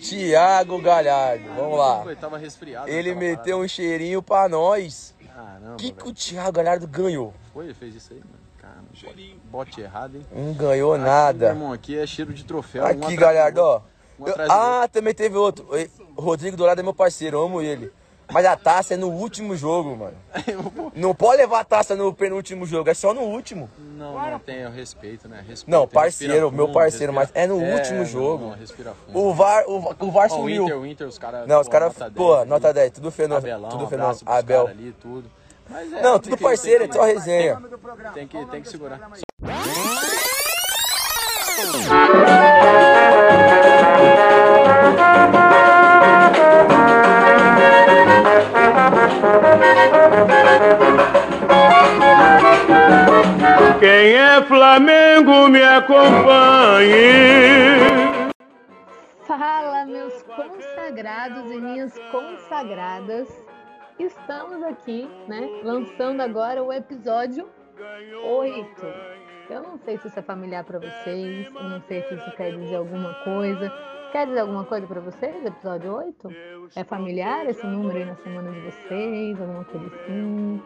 Thiago Galhardo, vamos lá. Eu tava resfriado. Ele meteu um cheirinho pra nós. Caramba, O que o Thiago Galhardo ganhou? Foi, ele fez isso aí, mano. Caramba, bote errado, hein? Não ganhou aqui, nada. Meu irmão, aqui é cheiro de troféu. Aqui, Galhardo, ó. Também teve outro. O Rodrigo Dourado é meu parceiro, eu amo ele. Mas a taça é no último jogo, mano. Não pode levar a taça no penúltimo jogo, é só no último. Não tem o respeito, né? Respeito, não, parceiro, meu parceiro, mas é no último jogo. Não, respira fundo. O VAR sumiu. O Inter, os caras... Não, os caras, nota 10, tudo fenômeno. Tudo fenômeno. Abel. Ali, tudo. Mas não, tudo parceiro, é só resenha. Tem que segurar. Quem é Flamengo me acompanhe. Fala, meus consagrados e minhas consagradas. Estamos aqui, né, lançando agora o episódio 8. Eu não sei se isso é familiar para vocês, eu não sei se isso quer dizer alguma coisa. Quer dizer alguma coisa para vocês, episódio 8? É familiar esse número aí na semana de vocês, alguma coisa assim?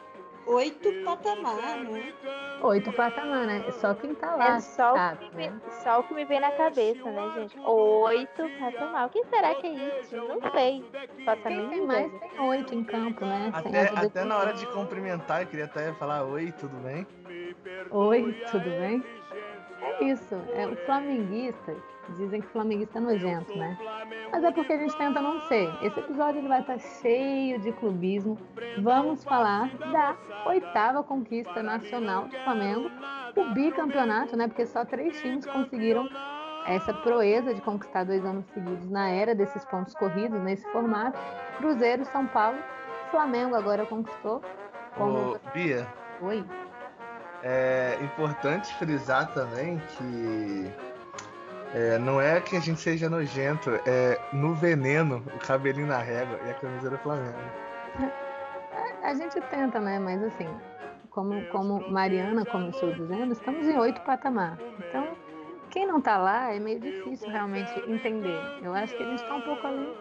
8 patamar, né? 8 patamar, né? É só quem tá lá. É só o que me vem na cabeça, né, gente? 8 patamar. O que será que é isso? Não sei. Quem tem mais tem 8 em campo, né? Até na hora de cumprimentar, eu queria até falar: oi, tudo bem? Oi, tudo bem? É isso. O flamenguista, dizem que flamenguista é nojento, né? Mas é porque a gente tenta não ser. Esse episódio ele vai estar cheio de clubismo. Vamos falar da 8ª conquista nacional do Flamengo, o bicampeonato, né? Porque só 3 times conseguiram essa proeza de conquistar 2 anos seguidos na era desses pontos corridos, nesse formato. Cruzeiro, São Paulo, Flamengo agora conquistou. Bia. Oi. É importante frisar também que não é que a gente seja nojento, é no veneno, o cabelinho na régua e a camisa do Flamengo. A gente tenta, né? Mas assim, como Mariana começou dizendo, estamos em 8 patamar. Então, quem não tá lá é meio difícil realmente entender. Eu acho que a gente tá um pouco além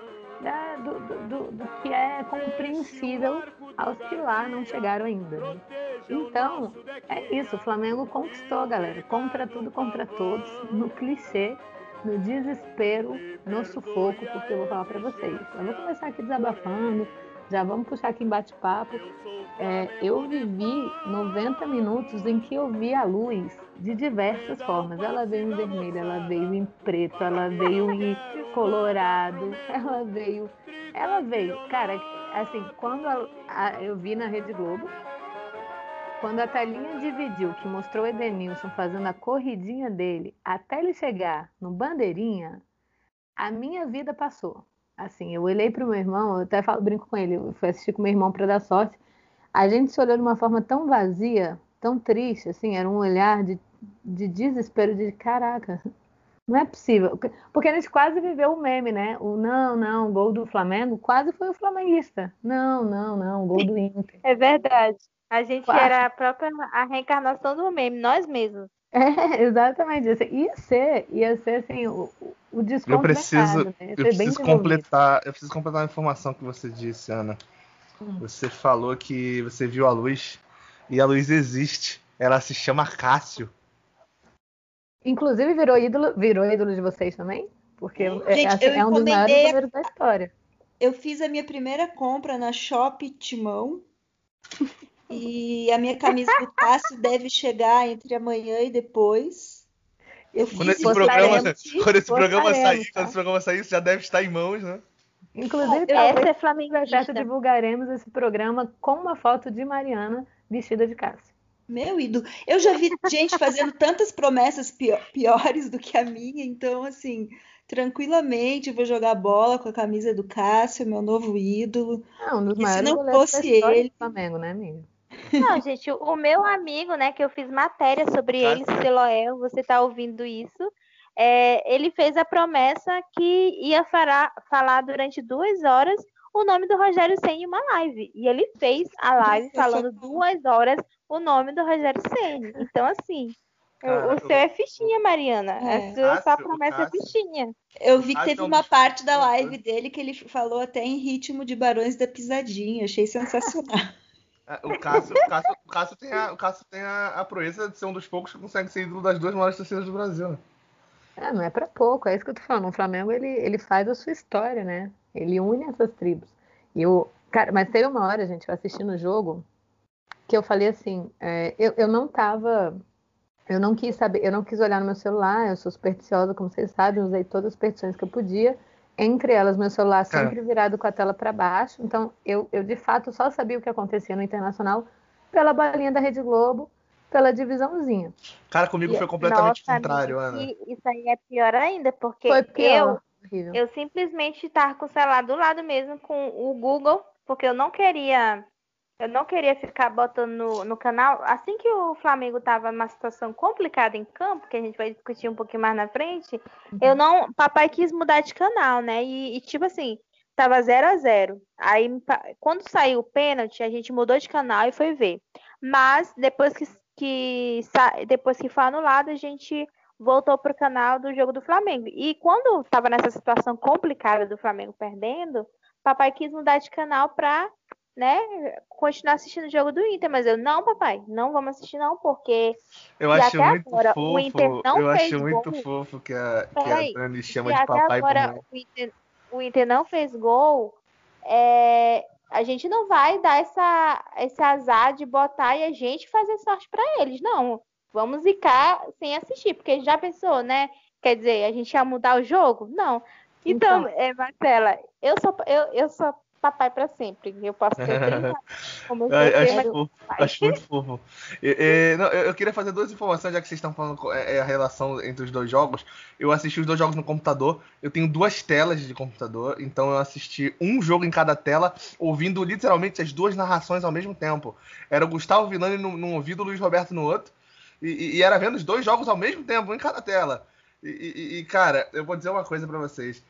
do que é compreensível aos que lá não chegaram ainda. Né? Então, é isso. O Flamengo conquistou, galera. Contra tudo, contra todos. No clichê, no desespero, no sufoco. Porque eu vou falar pra vocês. Eu vou começar aqui desabafando. Já vamos puxar aqui em bate-papo. Eu vivi 90 minutos em que eu vi a luz de diversas formas. Ela veio em vermelho, ela veio em preto, ela veio em colorado, ela veio. Cara, assim, quando eu vi na Rede Globo, quando a telinha dividiu, que mostrou o Edenilson fazendo a corridinha dele até ele chegar no bandeirinha, a minha vida passou. Assim, eu olhei pro meu irmão, eu até brinco com ele, eu fui assistir com meu irmão para dar sorte. A gente se olhou de uma forma tão vazia, tão triste, assim, era um olhar de desespero, de caraca, não é possível. Porque a gente quase viveu o meme, né? O não, o gol do Flamengo quase foi o flamenguista. Não, o gol do Inter. É verdade. A gente era a reencarnação do meme, nós mesmos. Exatamente. Ia ser assim, o descomplicado. Eu preciso completar uma informação que você disse, Ana. Você falou que você viu a luz e a luz existe. Ela se chama Cássio. Inclusive virou ídolo de vocês também? Porque gente, é um dos maiores números da história. Eu fiz a minha primeira compra na Shop Timão. E a minha camisa do Cássio deve chegar entre amanhã e depois. Quando esse programa sair, já deve estar em mãos, né? Inclusive, essa é flamenguista. Divulgaremos esse programa com uma foto de Mariana vestida de Cássio. Meu ídolo. Eu já vi gente fazendo tantas promessas piores do que a minha, então, assim, tranquilamente eu vou jogar bola com a camisa do Cássio, meu novo ídolo. Não, um dos maiores se não fosse ele. Do Flamengo, né, amigo? Não, gente, o meu amigo, né, que eu fiz matéria sobre ele, Celoel, você tá ouvindo isso, ele fez a promessa que ia falar durante 2 horas o nome do Rogério Ceni em uma live. E ele fez a live falando 2 horas o nome do Rogério Ceni. Então, assim, O seu é fichinha, Mariana. É. A sua Cássio, o promessa é Cássio. fichinha. Eu vi que Cássio teve é um uma dos parte da produtores. live dele que ele falou até em ritmo de Barões da Pisadinha. Achei sensacional. O Cássio tem a proeza de ser um dos poucos que consegue ser ídolo das duas maiores torcidas do Brasil, né? Não é pra pouco, é isso que eu tô falando. O Flamengo, ele faz a sua história, né? Ele une essas tribos. Cara, mas teve uma hora, gente, eu assistindo o jogo, que eu falei assim, eu não quis saber, eu não quis olhar no meu celular, eu sou supersticiosa, como vocês sabem, usei todas as superstições que eu podia, entre elas meu celular sempre virado com a tela para baixo, então eu de fato só sabia o que acontecia no Internacional pela bolinha da Rede Globo, pela divisãozinha. Cara, comigo foi completamente Nossa, contrário, amiga, Ana. isso aí é pior ainda, porque Foi pior, horrível. eu simplesmente estava com o celular do lado mesmo, com o Google, porque eu não queria ficar botando no canal. Assim que o Flamengo estava numa situação complicada em campo, que a gente vai discutir um pouquinho mais na frente, papai quis mudar de canal, né? E tipo assim, tava 0-0. Aí, quando saiu o pênalti, a gente mudou de canal e foi ver. Mas depois que foi anulado, a gente voltou pro canal do jogo do Flamengo. E quando tava nessa situação complicada do Flamengo perdendo, papai quis mudar de canal pra, né, continuar assistindo o jogo do Inter, mas não, papai, não vamos assistir não, porque Eu se acho até muito agora o Inter fofo. não Eu fez acho muito gol. fofo que a Peraí, Dani se chama de até papai e agora mamãe. o Inter não fez gol, a gente não vai dar esse azar de botar e a gente fazer sorte para eles, não. Vamos ficar sem assistir, porque já pensou, né? Quer dizer, a gente ia mudar o jogo? Não. Então, Marcela, eu sou papai para sempre. Eu posso ter 30 anos como eu sou, Acho muito fofo. Eu queria fazer duas informações, já que vocês estão falando a relação entre os dois jogos. Eu assisti os dois jogos no computador. Eu tenho duas telas de computador, então eu assisti um jogo em cada tela, ouvindo literalmente as duas narrações ao mesmo tempo. Era o Gustavo Villani num ouvido, o Luiz Roberto no outro. E era vendo os dois jogos ao mesmo tempo, em cada tela. Cara, eu vou dizer uma coisa pra vocês.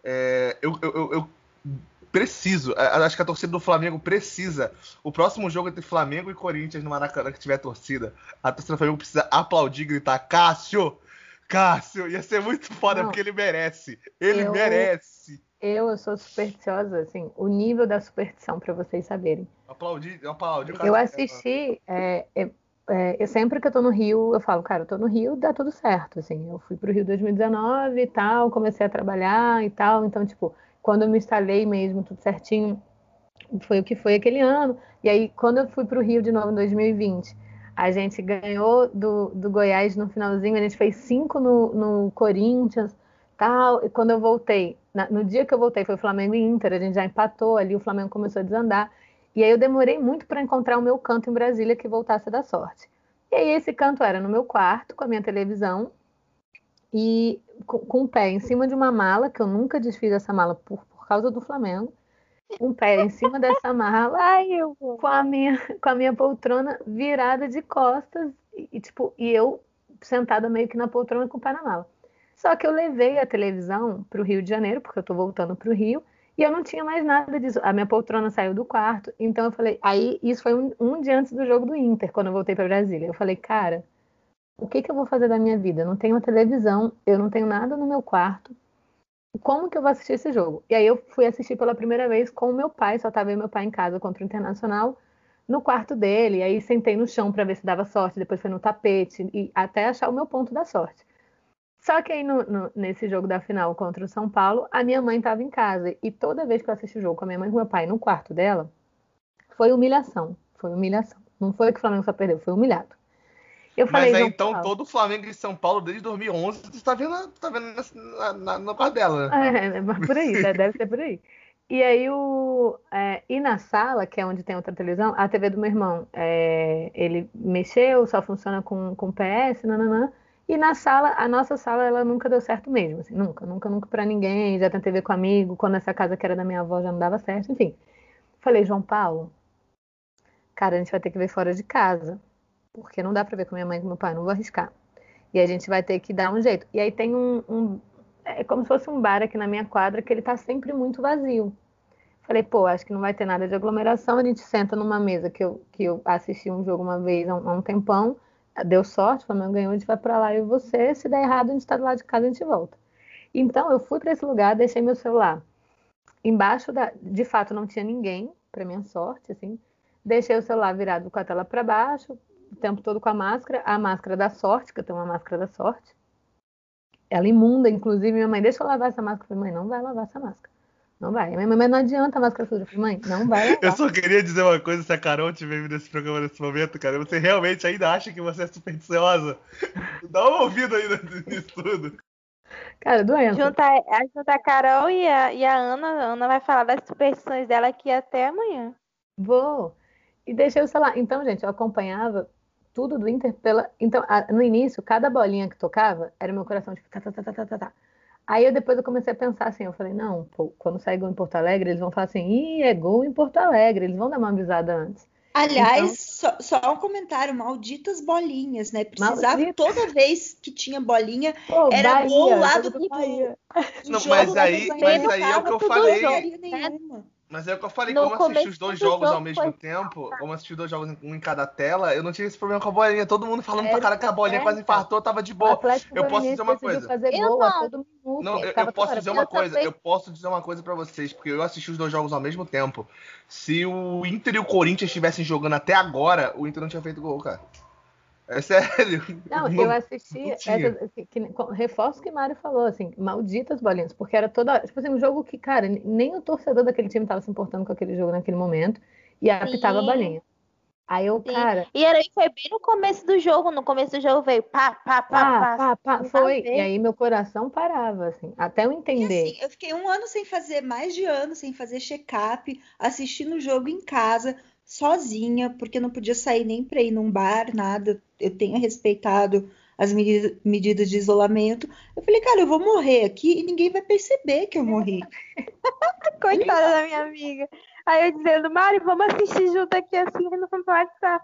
Eu preciso, acho que a torcida do Flamengo precisa. O próximo jogo entre Flamengo e Corinthians no Maracanã, que tiver torcida, a torcida do Flamengo precisa aplaudir, gritar: Cássio! Cássio! Ia ser muito foda, porque ele merece. Ele merece. Eu sou supersticiosa, assim, o nível da superstição, pra vocês saberem. Aplaudir o Cássio. Eu assisti, eu sempre que eu tô no Rio, eu falo, cara, eu tô no Rio, dá tudo certo, assim. Eu fui pro Rio 2019 e tal, comecei a trabalhar e tal, então, tipo, quando eu me instalei mesmo, tudo certinho, foi o que foi aquele ano. E aí, quando eu fui pro Rio de novo em 2020, a gente ganhou do Goiás no finalzinho, a gente fez 5 no Corinthians, tal, e quando eu voltei, no dia que eu voltei, foi Flamengo e Inter, a gente já empatou ali, o Flamengo começou a desandar. E aí eu demorei muito para encontrar o meu canto em Brasília que voltasse a dar sorte. E aí esse canto era no meu quarto, com a minha televisão, e com o pé em cima de uma mala, que eu nunca desfiz essa mala por causa do Flamengo, um pé em cima dessa mala, com a minha poltrona virada de costas, e eu sentada meio que na poltrona com o pé na mala. Só que eu levei a televisão para o Rio de Janeiro, porque eu estou voltando para o Rio, e eu não tinha mais nada disso. A minha poltrona saiu do quarto, então eu falei... Aí, isso foi um dia antes do jogo do Inter, quando eu voltei para Brasília. Eu falei, cara, o que eu vou fazer da minha vida? Eu não tenho uma televisão, eu não tenho nada no meu quarto. Como que eu vou assistir esse jogo? E aí eu fui assistir pela primeira vez com o meu pai, só estava eu e meu pai em casa contra o Internacional, no quarto dele. E aí sentei no chão para ver se dava sorte, depois foi no tapete, e até achar o meu ponto da sorte. Só que aí nesse jogo da final contra o São Paulo, a minha mãe estava em casa. E toda vez que eu assisti o jogo com a minha mãe e com o meu pai no quarto dela, foi humilhação. Foi humilhação. Não foi que o Flamengo só perdeu, foi humilhado. Eu falei, mas aí então todo o Flamengo e São Paulo desde 2011 você tá vendo no quarto dela, né? Por aí, deve ser por aí. E aí e na sala, que é onde tem outra televisão, a TV do meu irmão, ele mexeu, só funciona com PS, nananã. E na sala, a nossa sala, ela nunca deu certo mesmo, assim, nunca pra ninguém. Já tentei ver com amigo, quando essa casa que era da minha avó já não dava certo, enfim. Falei, João Paulo, cara, a gente vai ter que ver fora de casa, porque não dá pra ver com minha mãe e com meu pai, não vou arriscar. E a gente vai ter que dar um jeito. E aí tem é como se fosse um bar aqui na minha quadra, que ele tá sempre muito vazio. Falei, pô, acho que não vai ter nada de aglomeração, a gente senta numa mesa que eu assisti um jogo uma vez há um tempão, deu sorte, o Flamengo ganhou, a gente vai pra lá e você, se der errado, a gente tá do lado de casa, a gente volta. Então, eu fui pra esse lugar, deixei meu celular embaixo de fato, não tinha ninguém, pra minha sorte, assim. Deixei o celular virado com a tela pra baixo, o tempo todo com a máscara da sorte, que eu tenho uma máscara da sorte. Ela imunda, inclusive, minha mãe, deixa eu lavar essa máscara. Eu falei, mãe, não vai lavar essa máscara. Não vai. Minha mãe, mas não adianta a máscara suja. Eu falei, mãe, não vai lavar. Eu só queria dizer uma coisa, se a Carol estiver vendo esse programa nesse momento, cara, você realmente ainda acha que você é supersticiosa? Dá uma ouvida aí nisso tudo. Cara, doença. Junta a Carol e a Ana. A Ana vai falar das superstições dela aqui até amanhã. Vou. E deixei o celular. Então, gente, eu acompanhava tudo do Inter pela... Então, no início, cada bolinha que tocava era meu coração, tipo, tá. Aí depois eu comecei a pensar assim, eu falei, não, pô, quando sair gol em Porto Alegre, eles vão falar assim, ih, é gol em Porto Alegre, eles vão dar uma avisada antes. Aliás, então, só um comentário, malditas bolinhas, né? Precisava toda vez que tinha bolinha, era Bahia, gol lá do Bahia. Não, mas aí é o que eu falei. Mas é o que eu falei, como eu assisti os dois jogos ao mesmo tempo, como eu assisti os dois jogos um em cada tela, eu não tive esse problema com a bolinha. Todo mundo falando pra cara que a bolinha quase infartou, tava de boa. Eu posso dizer uma coisa. Eu posso dizer uma coisa. Eu posso dizer uma coisa pra vocês, porque eu assisti os dois jogos ao mesmo tempo. Se o Inter e o Corinthians estivessem jogando até agora, o Inter não tinha feito gol, cara. É sério. Não, eu assisti reforço que o Mário falou, assim, malditas bolinhas, porque era toda hora, tipo assim, um jogo que, cara, nem o torcedor daquele time tava se importando com aquele jogo naquele momento, e apitava a bolinha. Aí eu, cara... E foi bem no começo do jogo, veio pá. Foi, e aí meu coração parava, assim, até eu entender. E assim, eu fiquei mais de ano sem fazer check-up, assistindo o jogo em casa, sozinha, porque não podia sair nem para ir num bar, nada. Eu tenho respeitado as medidas de isolamento. Eu falei, cara, eu vou morrer aqui e ninguém vai perceber que eu morri. Coitada da minha amiga. Aí eu dizendo, Mari, vamos assistir junto aqui assim no WhatsApp.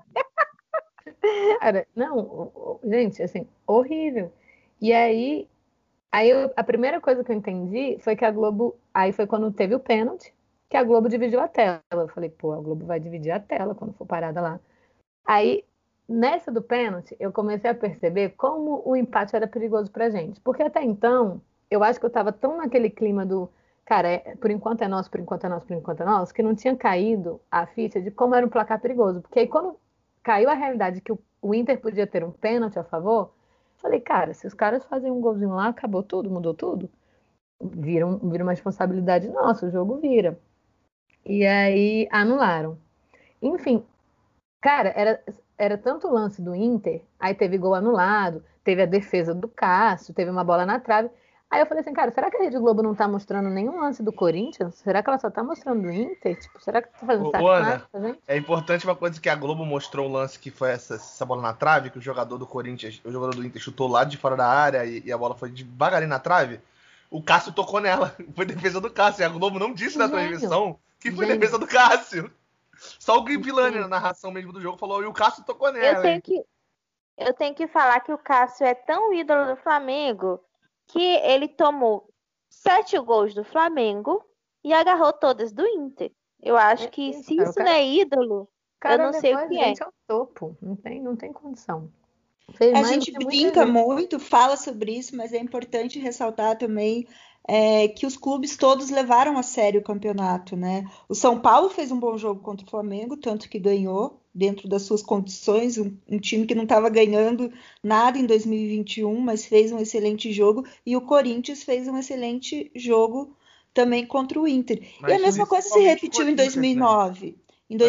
Cara, não, gente, assim, horrível. E aí a primeira coisa que eu entendi foi que a Globo, aí foi quando teve o pênalti, que a Globo dividiu a tela. Eu falei, pô, a Globo vai dividir a tela quando for parada lá. Aí, nessa do pênalti, eu comecei a perceber como o empate era perigoso pra gente. Porque até então, eu acho que eu tava tão naquele clima do, cara, por enquanto é nosso, que não tinha caído a ficha de como era um placar perigoso. Porque aí quando caiu a realidade que o Inter podia ter um pênalti a favor, falei, cara, se os caras fazem um golzinho lá, acabou tudo, mudou tudo. Vira uma responsabilidade nossa, o jogo vira. E aí anularam. Enfim, cara, era tanto lance do Inter, aí teve gol anulado, teve a defesa do Cássio, teve uma bola na trave. Aí eu falei assim, cara, será que a Rede Globo não tá mostrando nenhum lance do Corinthians? Será que ela só tá mostrando do Inter? Tipo, será que tá fazendo sacanagem pra gente? É importante uma coisa que a Globo mostrou o lance que foi essa bola na trave, que o jogador do Corinthians, o jogador do Inter chutou lá de fora da área e a bola foi devagarinho na trave. O Cássio tocou nela. Foi defesa do Cássio. E a Globo não disse na transmissão que foi defesa do Cássio. Só o Grivilani, na narração mesmo do jogo, falou, e o Cássio tocou nela. Eu tenho que falar que o Cássio é tão ídolo do Flamengo que ele tomou 7 gols do Flamengo e agarrou todas do Inter. Eu acho que se isso não é ídolo, eu não sei o que é. É o topo. Não tem condição. A gente brinca muito, fala sobre isso, mas é importante ressaltar também que os clubes todos levaram a sério o campeonato, né? O São Paulo fez um bom jogo contra o Flamengo, tanto que ganhou dentro das suas condições, um time que não estava ganhando nada em 2021, mas fez um excelente jogo, e o Corinthians fez um excelente jogo também contra o Inter. Mas e a mesma coisa se repetiu em 2009. Né?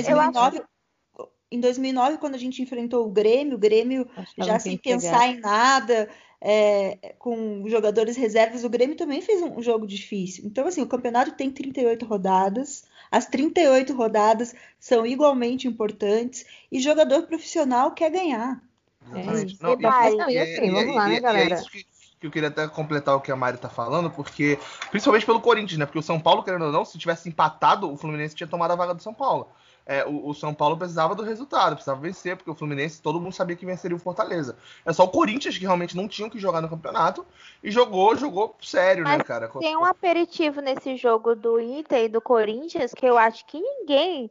Em 2009, quando a gente enfrentou o Grêmio já sem pensar em nada, com jogadores reservas, o Grêmio também fez um jogo difícil. Então, assim, o campeonato tem 38 rodadas, as 38 rodadas são igualmente importantes, e jogador profissional quer ganhar. Exatamente. Vamos lá, né, galera? É isso que eu queria até completar o que a Mari tá falando, porque, principalmente pelo Corinthians, né? Porque o São Paulo, querendo ou não, se tivesse empatado, o Fluminense tinha tomado a vaga do São Paulo. O São Paulo precisava do resultado, precisava vencer, porque o Fluminense, todo mundo sabia que venceria o Fortaleza. É só o Corinthians que realmente não tinha que jogar no campeonato e jogou sério, né, cara? Tem um aperitivo nesse jogo do Inter e do Corinthians que eu acho que ninguém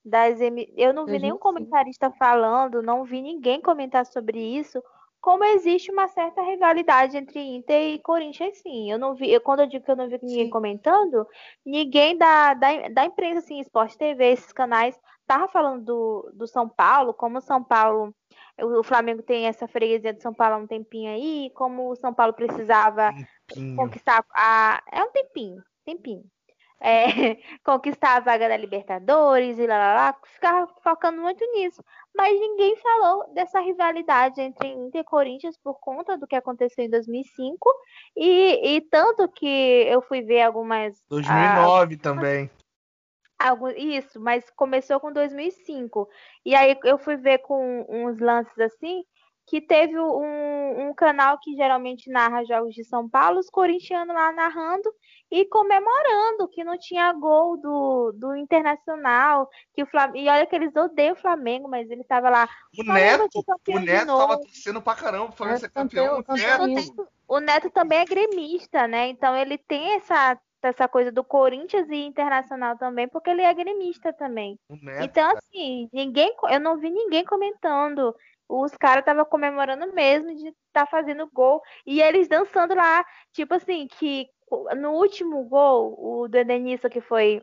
Eu não vi nenhum 2005. comentarista falando, não vi ninguém comentar sobre isso. Como existe uma certa rivalidade entre Inter e Corinthians, sim. Eu não vi, quando eu digo que eu não vi ninguém Sim. comentando, ninguém da imprensa, assim, Sport TV, esses canais, tava falando do São Paulo, como o São Paulo, o Flamengo tem essa freguesia do São Paulo há um tempinho aí, como o São Paulo precisava Tempinho. conquistar é um tempinho. Conquistar a vaga da Libertadores e lá, ficava focando muito nisso. Mas ninguém falou dessa rivalidade entre Inter e Corinthians por conta do que aconteceu em 2005 e tanto que eu fui ver algumas 2009 também. isso, mas começou com 2005. E aí eu fui ver com uns lances assim, que teve um canal que geralmente narra jogos de São Paulo, os corintianos lá narrando e comemorando que não tinha gol do Internacional, que e olha que eles odeiam o Flamengo, mas ele estava lá. O Flamengo vai ser Neto campeão de tava novo. torcendo pra caramba pro Flamengo ser Neto campeão. campeão. O Neto também é gremista, né? Então ele tem essa coisa do Corinthians e Internacional também, porque ele é gremista também. O Neto, Então, cara. assim, eu não vi ninguém comentando. Os caras estavam comemorando mesmo de estar fazendo gol. E eles dançando lá, tipo assim, que no último gol, o do Edenilson, que foi,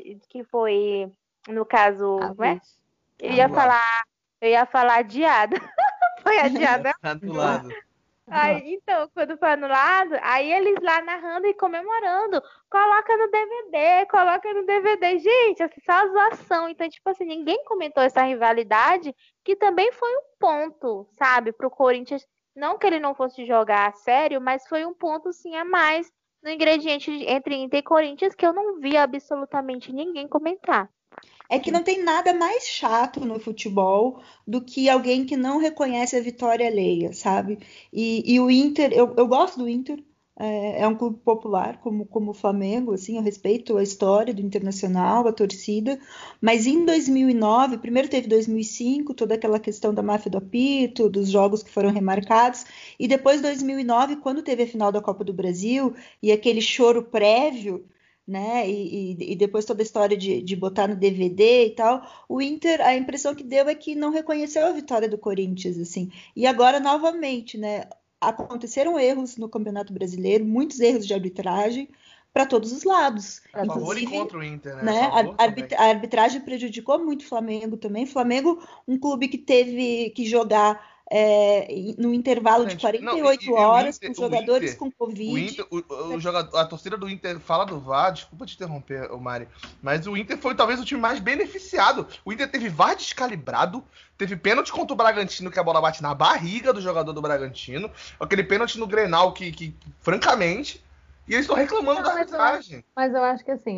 no caso, né? Eu ia falar adiado. Foi adiado, né? Tá do lado. Aí, então, quando foi anulado, aí eles lá narrando e comemorando. Coloca no DVD. Gente, assim, só zoação. Então, tipo assim, ninguém comentou essa rivalidade, que também foi um ponto, sabe, pro Corinthians. Não que ele não fosse jogar a sério, mas foi um ponto, sim, a mais no ingrediente entre Inter e Corinthians que eu não vi absolutamente ninguém comentar. É que não tem nada mais chato no futebol do que alguém que não reconhece a vitória alheia, sabe? E o Inter, eu gosto do Inter, é um clube popular, como o Flamengo, assim, eu respeito a história do Internacional, a torcida, mas em 2009, primeiro teve 2005, toda aquela questão da máfia do apito, dos jogos que foram remarcados, e depois 2009, quando teve a final da Copa do Brasil, e aquele choro prévio, né? E depois toda a história de botar no DVD e tal, o Inter, a impressão que deu é que não reconheceu a vitória do Corinthians, assim. E agora, novamente, né? Aconteceram erros no Campeonato Brasileiro, muitos erros de arbitragem para todos os lados. A favor e Inclusive, contra o Inter, né? né? A arbitragem prejudicou muito o Flamengo também. Flamengo, um clube que teve que jogar no intervalo de 48 horas, com jogadores com Covid. A torcida do Inter fala do VAR, desculpa te interromper, Mari, mas o Inter foi talvez o time mais beneficiado. O Inter teve VAR descalibrado, teve pênalti contra o Bragantino, que a bola bate na barriga do jogador do Bragantino, aquele pênalti no Grenal que francamente, e eles estão reclamando da arbitragem. Mas eu acho que assim,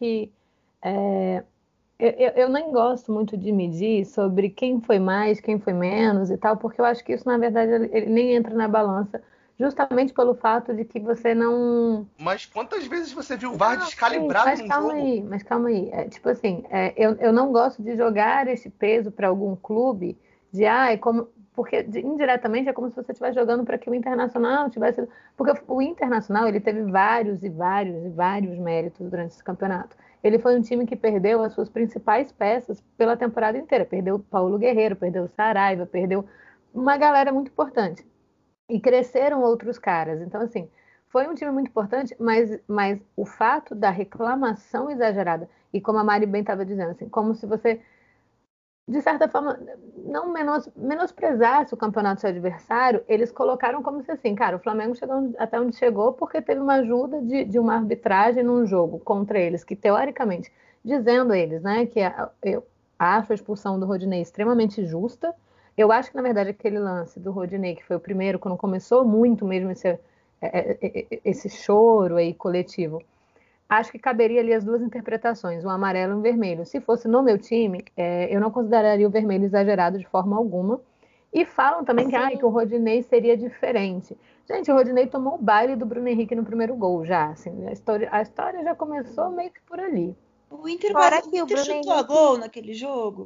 eu nem gosto muito de medir sobre quem foi mais, quem foi menos e tal, porque eu acho que isso, na verdade, ele nem entra na balança, justamente pelo fato de que você não... Mas quantas vezes você viu o VAR descalibrado num jogo? Mas calma aí. Tipo assim, eu não gosto de jogar esse peso para algum clube porque indiretamente é como se você estivesse jogando para que o Internacional tivesse... Porque o Internacional, ele teve vários méritos durante esse campeonato. Ele foi um time que perdeu as suas principais peças pela temporada inteira. Perdeu o Paulo Guerreiro, perdeu o Saraiva, perdeu uma galera muito importante. E cresceram outros caras. Então, assim, foi um time muito importante, mas o fato da reclamação exagerada, e como a Mari bem estava dizendo, assim, como se você, de certa forma, não menosprezasse o campeonato do seu adversário, eles colocaram como se assim, cara, o Flamengo chegou até onde chegou porque teve uma ajuda de uma arbitragem num jogo contra eles, que teoricamente, dizendo eles, né, que eu acho a expulsão do Rodinei extremamente justa. Eu acho que, na verdade, aquele lance do Rodinei, que foi o primeiro, quando começou muito mesmo esse choro aí coletivo, acho que caberia ali as duas interpretações, o amarelo e o vermelho. Se fosse no meu time, eu não consideraria o vermelho exagerado de forma alguma. E falam também que o Rodinei seria diferente. Gente, o Rodinei tomou o baile do Bruno Henrique no primeiro gol já. Assim, a história já começou meio que por ali. O Inter chutou a gol naquele jogo.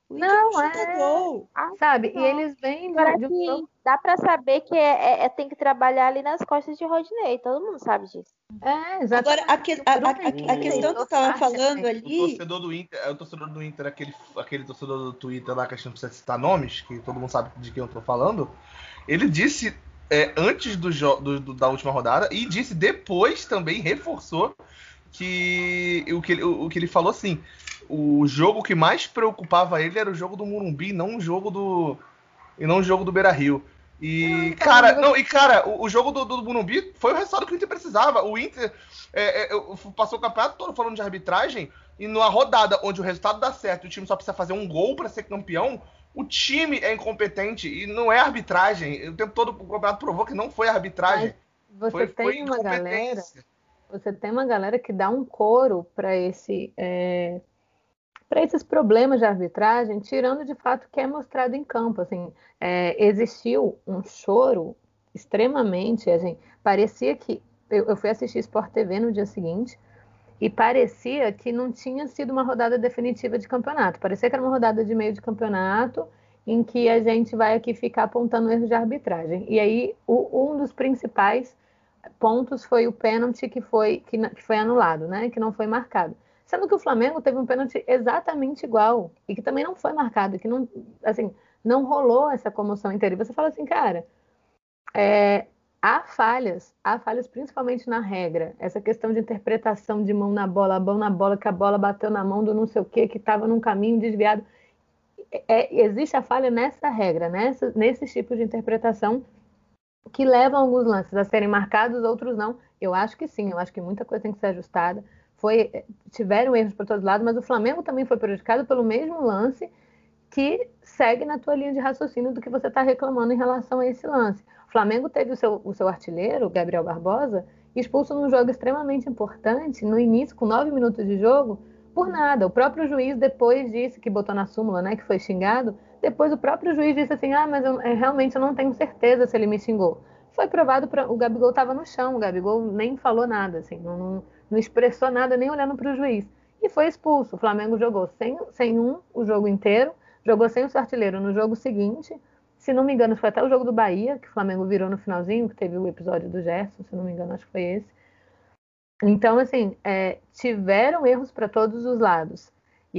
O Inter Não, chuta gol. Sabe? Não. E eles vêm Agora de um que jogo. dá pra saber que tem que trabalhar ali nas costas de Rodinei. Todo mundo sabe disso. É, Agora, exatamente. a questão que eu tava falando O ali. torcedor do Inter, aquele torcedor do Twitter lá, que a gente não precisa citar nomes, que todo mundo sabe de quem eu tô falando, ele disse antes da última rodada e disse depois também, reforçou que o que ele falou assim, o jogo que mais preocupava ele era o jogo do Morumbi, não o jogo do Beira-Rio. E, cara, o jogo do Morumbi foi o resultado que o Inter precisava. O Inter passou o campeonato todo falando de arbitragem, e numa rodada onde o resultado dá certo e o time só precisa fazer um gol para ser campeão, o time é incompetente e não é arbitragem. O tempo todo o campeonato provou que não foi arbitragem. Mas você tem uma galera que dá um coro para esses problemas de arbitragem, tirando de fato o que é mostrado em campo. Assim, existiu um choro extremamente. Parecia que. Eu fui assistir Sport TV no dia seguinte e parecia que não tinha sido uma rodada definitiva de campeonato. Parecia que era uma rodada de meio de campeonato em que a gente vai aqui ficar apontando erros de arbitragem. E aí, um dos principais pontos foi o pênalti que foi anulado, né? Que não foi marcado. Sendo que o Flamengo teve um pênalti exatamente igual e que também não foi marcado, que não rolou essa comoção inteira. E você fala assim, cara, há falhas principalmente na regra. Essa questão de interpretação de mão na bola, que a bola bateu na mão do não sei o que estava num caminho desviado. Existe a falha nessa regra, nesses tipos de interpretação que levam alguns lances a serem marcados, outros não. Eu acho que sim, eu acho que muita coisa tem que ser ajustada. Tiveram erros para todos os lados, mas o Flamengo também foi prejudicado pelo mesmo lance que segue na tua linha de raciocínio do que você está reclamando em relação a esse lance. O Flamengo teve o seu artilheiro, Gabriel Barbosa, expulso num jogo extremamente importante, no início, com 9 minutos de jogo, por nada. O próprio juiz depois disse, que botou na súmula, né, que foi xingado, depois o próprio juiz disse assim, mas realmente eu não tenho certeza se ele me xingou. Foi provado, o Gabigol estava no chão, o Gabigol nem falou nada, assim, não expressou nada, nem olhando para o juiz. E foi expulso. O Flamengo jogou sem o jogo inteiro, jogou sem o seu artilheiro no jogo seguinte. Se não me engano, foi até o jogo do Bahia, que o Flamengo virou no finalzinho, que teve o episódio do Gerson, se não me engano, acho que foi esse. Então, assim, tiveram erros para todos os lados.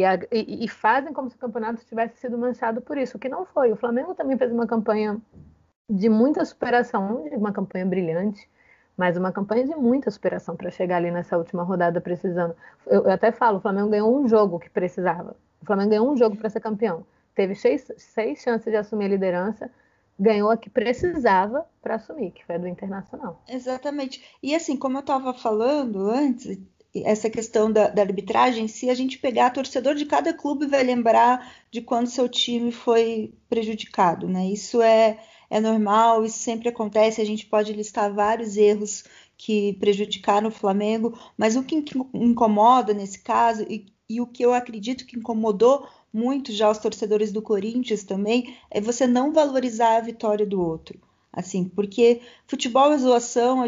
E fazem como se o campeonato tivesse sido manchado por isso, o que não foi. O Flamengo também fez uma campanha de muita superação, não uma campanha brilhante, mas uma campanha de muita superação para chegar ali nessa última rodada precisando. Eu até falo, o Flamengo ganhou um jogo que precisava. O Flamengo ganhou um jogo para ser campeão. Teve seis chances de assumir a liderança, ganhou a que precisava para assumir, que foi a do Internacional. Exatamente. E assim, como eu estava falando antes, essa questão da arbitragem, se a gente pegar torcedor de cada clube vai lembrar de quando seu time foi prejudicado, né? Isso é normal, isso sempre acontece, a gente pode listar vários erros que prejudicaram o Flamengo, mas o que incomoda nesse caso, e o que eu acredito que incomodou muito já os torcedores do Corinthians também, é você não valorizar a vitória do outro. Assim, porque futebol é zoação, a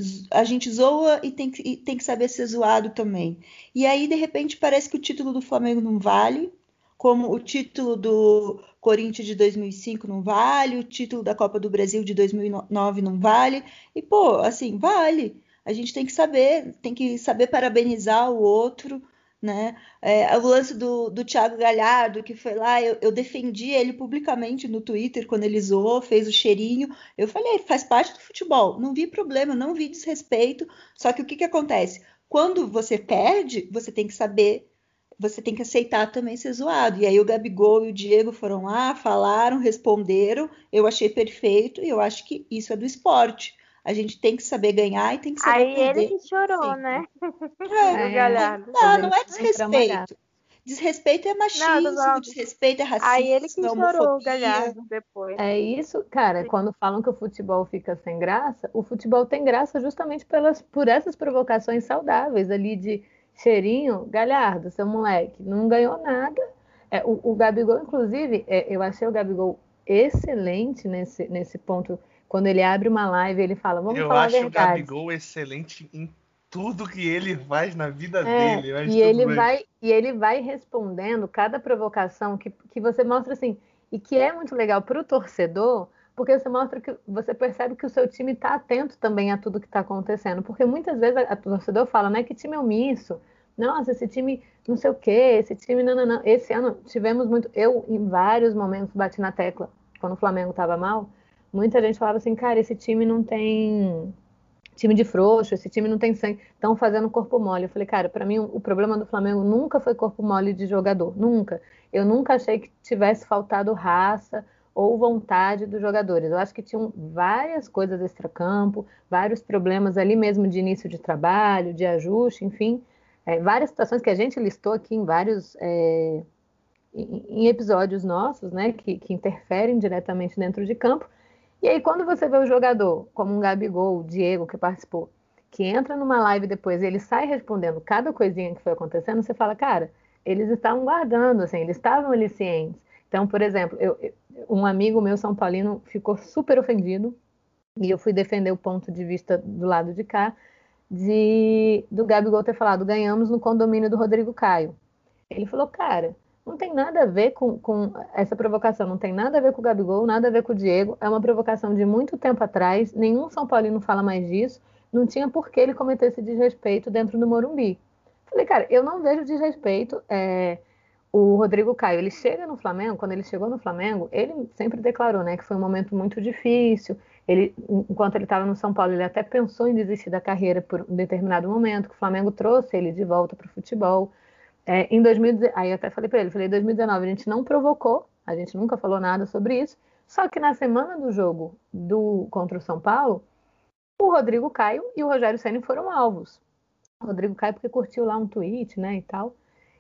gente zoa e tem que saber ser zoado também. E aí, de repente, parece que o título do Flamengo não vale, como o título do Corinthians de 2005 não vale, o título da Copa do Brasil de 2009 não vale. E, assim, vale. A gente tem que saber parabenizar o outro, né? O lance do Thiago Galhardo, que foi lá, eu defendi ele publicamente no Twitter quando ele zoou, fez o cheirinho. Eu falei, faz parte do futebol, não vi problema, não vi desrespeito. Só que o que acontece? Quando você perde, você tem que saber, você tem que aceitar também ser zoado. E aí o Gabigol e o Diego foram lá, falaram, responderam, eu achei perfeito e eu acho que isso é do esporte. A gente tem que saber ganhar e tem que saber perder. Aí ele que chorou, sempre. né? O Galhardo. Não é desrespeito. Desrespeito é machismo, desrespeito é racismo, aí ele que homofobia. chorou o Galhardo depois. É isso, cara, quando falam que o futebol fica sem graça, o futebol tem graça justamente por essas provocações saudáveis ali de cheirinho, Galhardo, seu moleque, não ganhou nada. O Gabigol, inclusive, eu achei o Gabigol excelente nesse ponto. Quando ele abre uma live, ele fala, vamos falar a verdade. Eu acho o Gabigol excelente em tudo que ele faz na vida dele. Mas e ele vai respondendo cada provocação que você mostra assim, e que é muito legal para o torcedor, porque você percebe que o seu time está atento também a tudo que está acontecendo, porque muitas vezes o torcedor fala, né, que time é omisso, nossa, esse time não sei o quê, esse time não. Esse ano tivemos muito, eu em vários momentos bati na tecla, quando o Flamengo estava mal, muita gente falava assim, cara, esse time não tem time de frouxo, esse time não tem sangue, estão fazendo corpo mole. Eu falei, cara, para mim o problema do Flamengo nunca foi corpo mole de jogador, nunca. Eu nunca achei que tivesse faltado raça ou vontade dos jogadores. Eu acho que tinham várias coisas extracampo, vários problemas ali mesmo de início de trabalho, de ajuste, enfim, várias situações que a gente listou aqui em vários em episódios nossos, né, que interferem diretamente dentro de campo. E aí, quando você vê o jogador, como um Gabigol, o Diego, que participou, que entra numa live depois e ele sai respondendo cada coisinha que foi acontecendo, você fala, cara, eles estavam guardando, assim, eles estavam ali cientes. Então, por exemplo, um amigo meu, São Paulino, ficou super ofendido e eu fui defender o ponto de vista do lado de cá do Gabigol ter falado, ganhamos no condomínio do Rodrigo Caio. Ele falou, cara, não tem nada a ver com essa provocação, não tem nada a ver com o Gabigol, nada a ver com o Diego, é uma provocação de muito tempo atrás, nenhum São Paulino fala mais disso, não tinha por que ele cometer esse desrespeito dentro do Morumbi. Falei, cara, eu não vejo desrespeito, o Rodrigo Caio, ele chega no Flamengo, quando ele chegou no Flamengo, ele sempre declarou, né, que foi um momento muito difícil, enquanto ele estava no São Paulo, ele até pensou em desistir da carreira por um determinado momento, que o Flamengo trouxe ele de volta para o futebol. Em 2019, aí eu até falei para ele, em 2019 a gente não provocou, a gente nunca falou nada sobre isso, só que na semana do jogo contra o São Paulo, o Rodrigo Caio e o Rogério Ceni foram alvos. O Rodrigo Caio porque curtiu lá um tweet, né, e tal,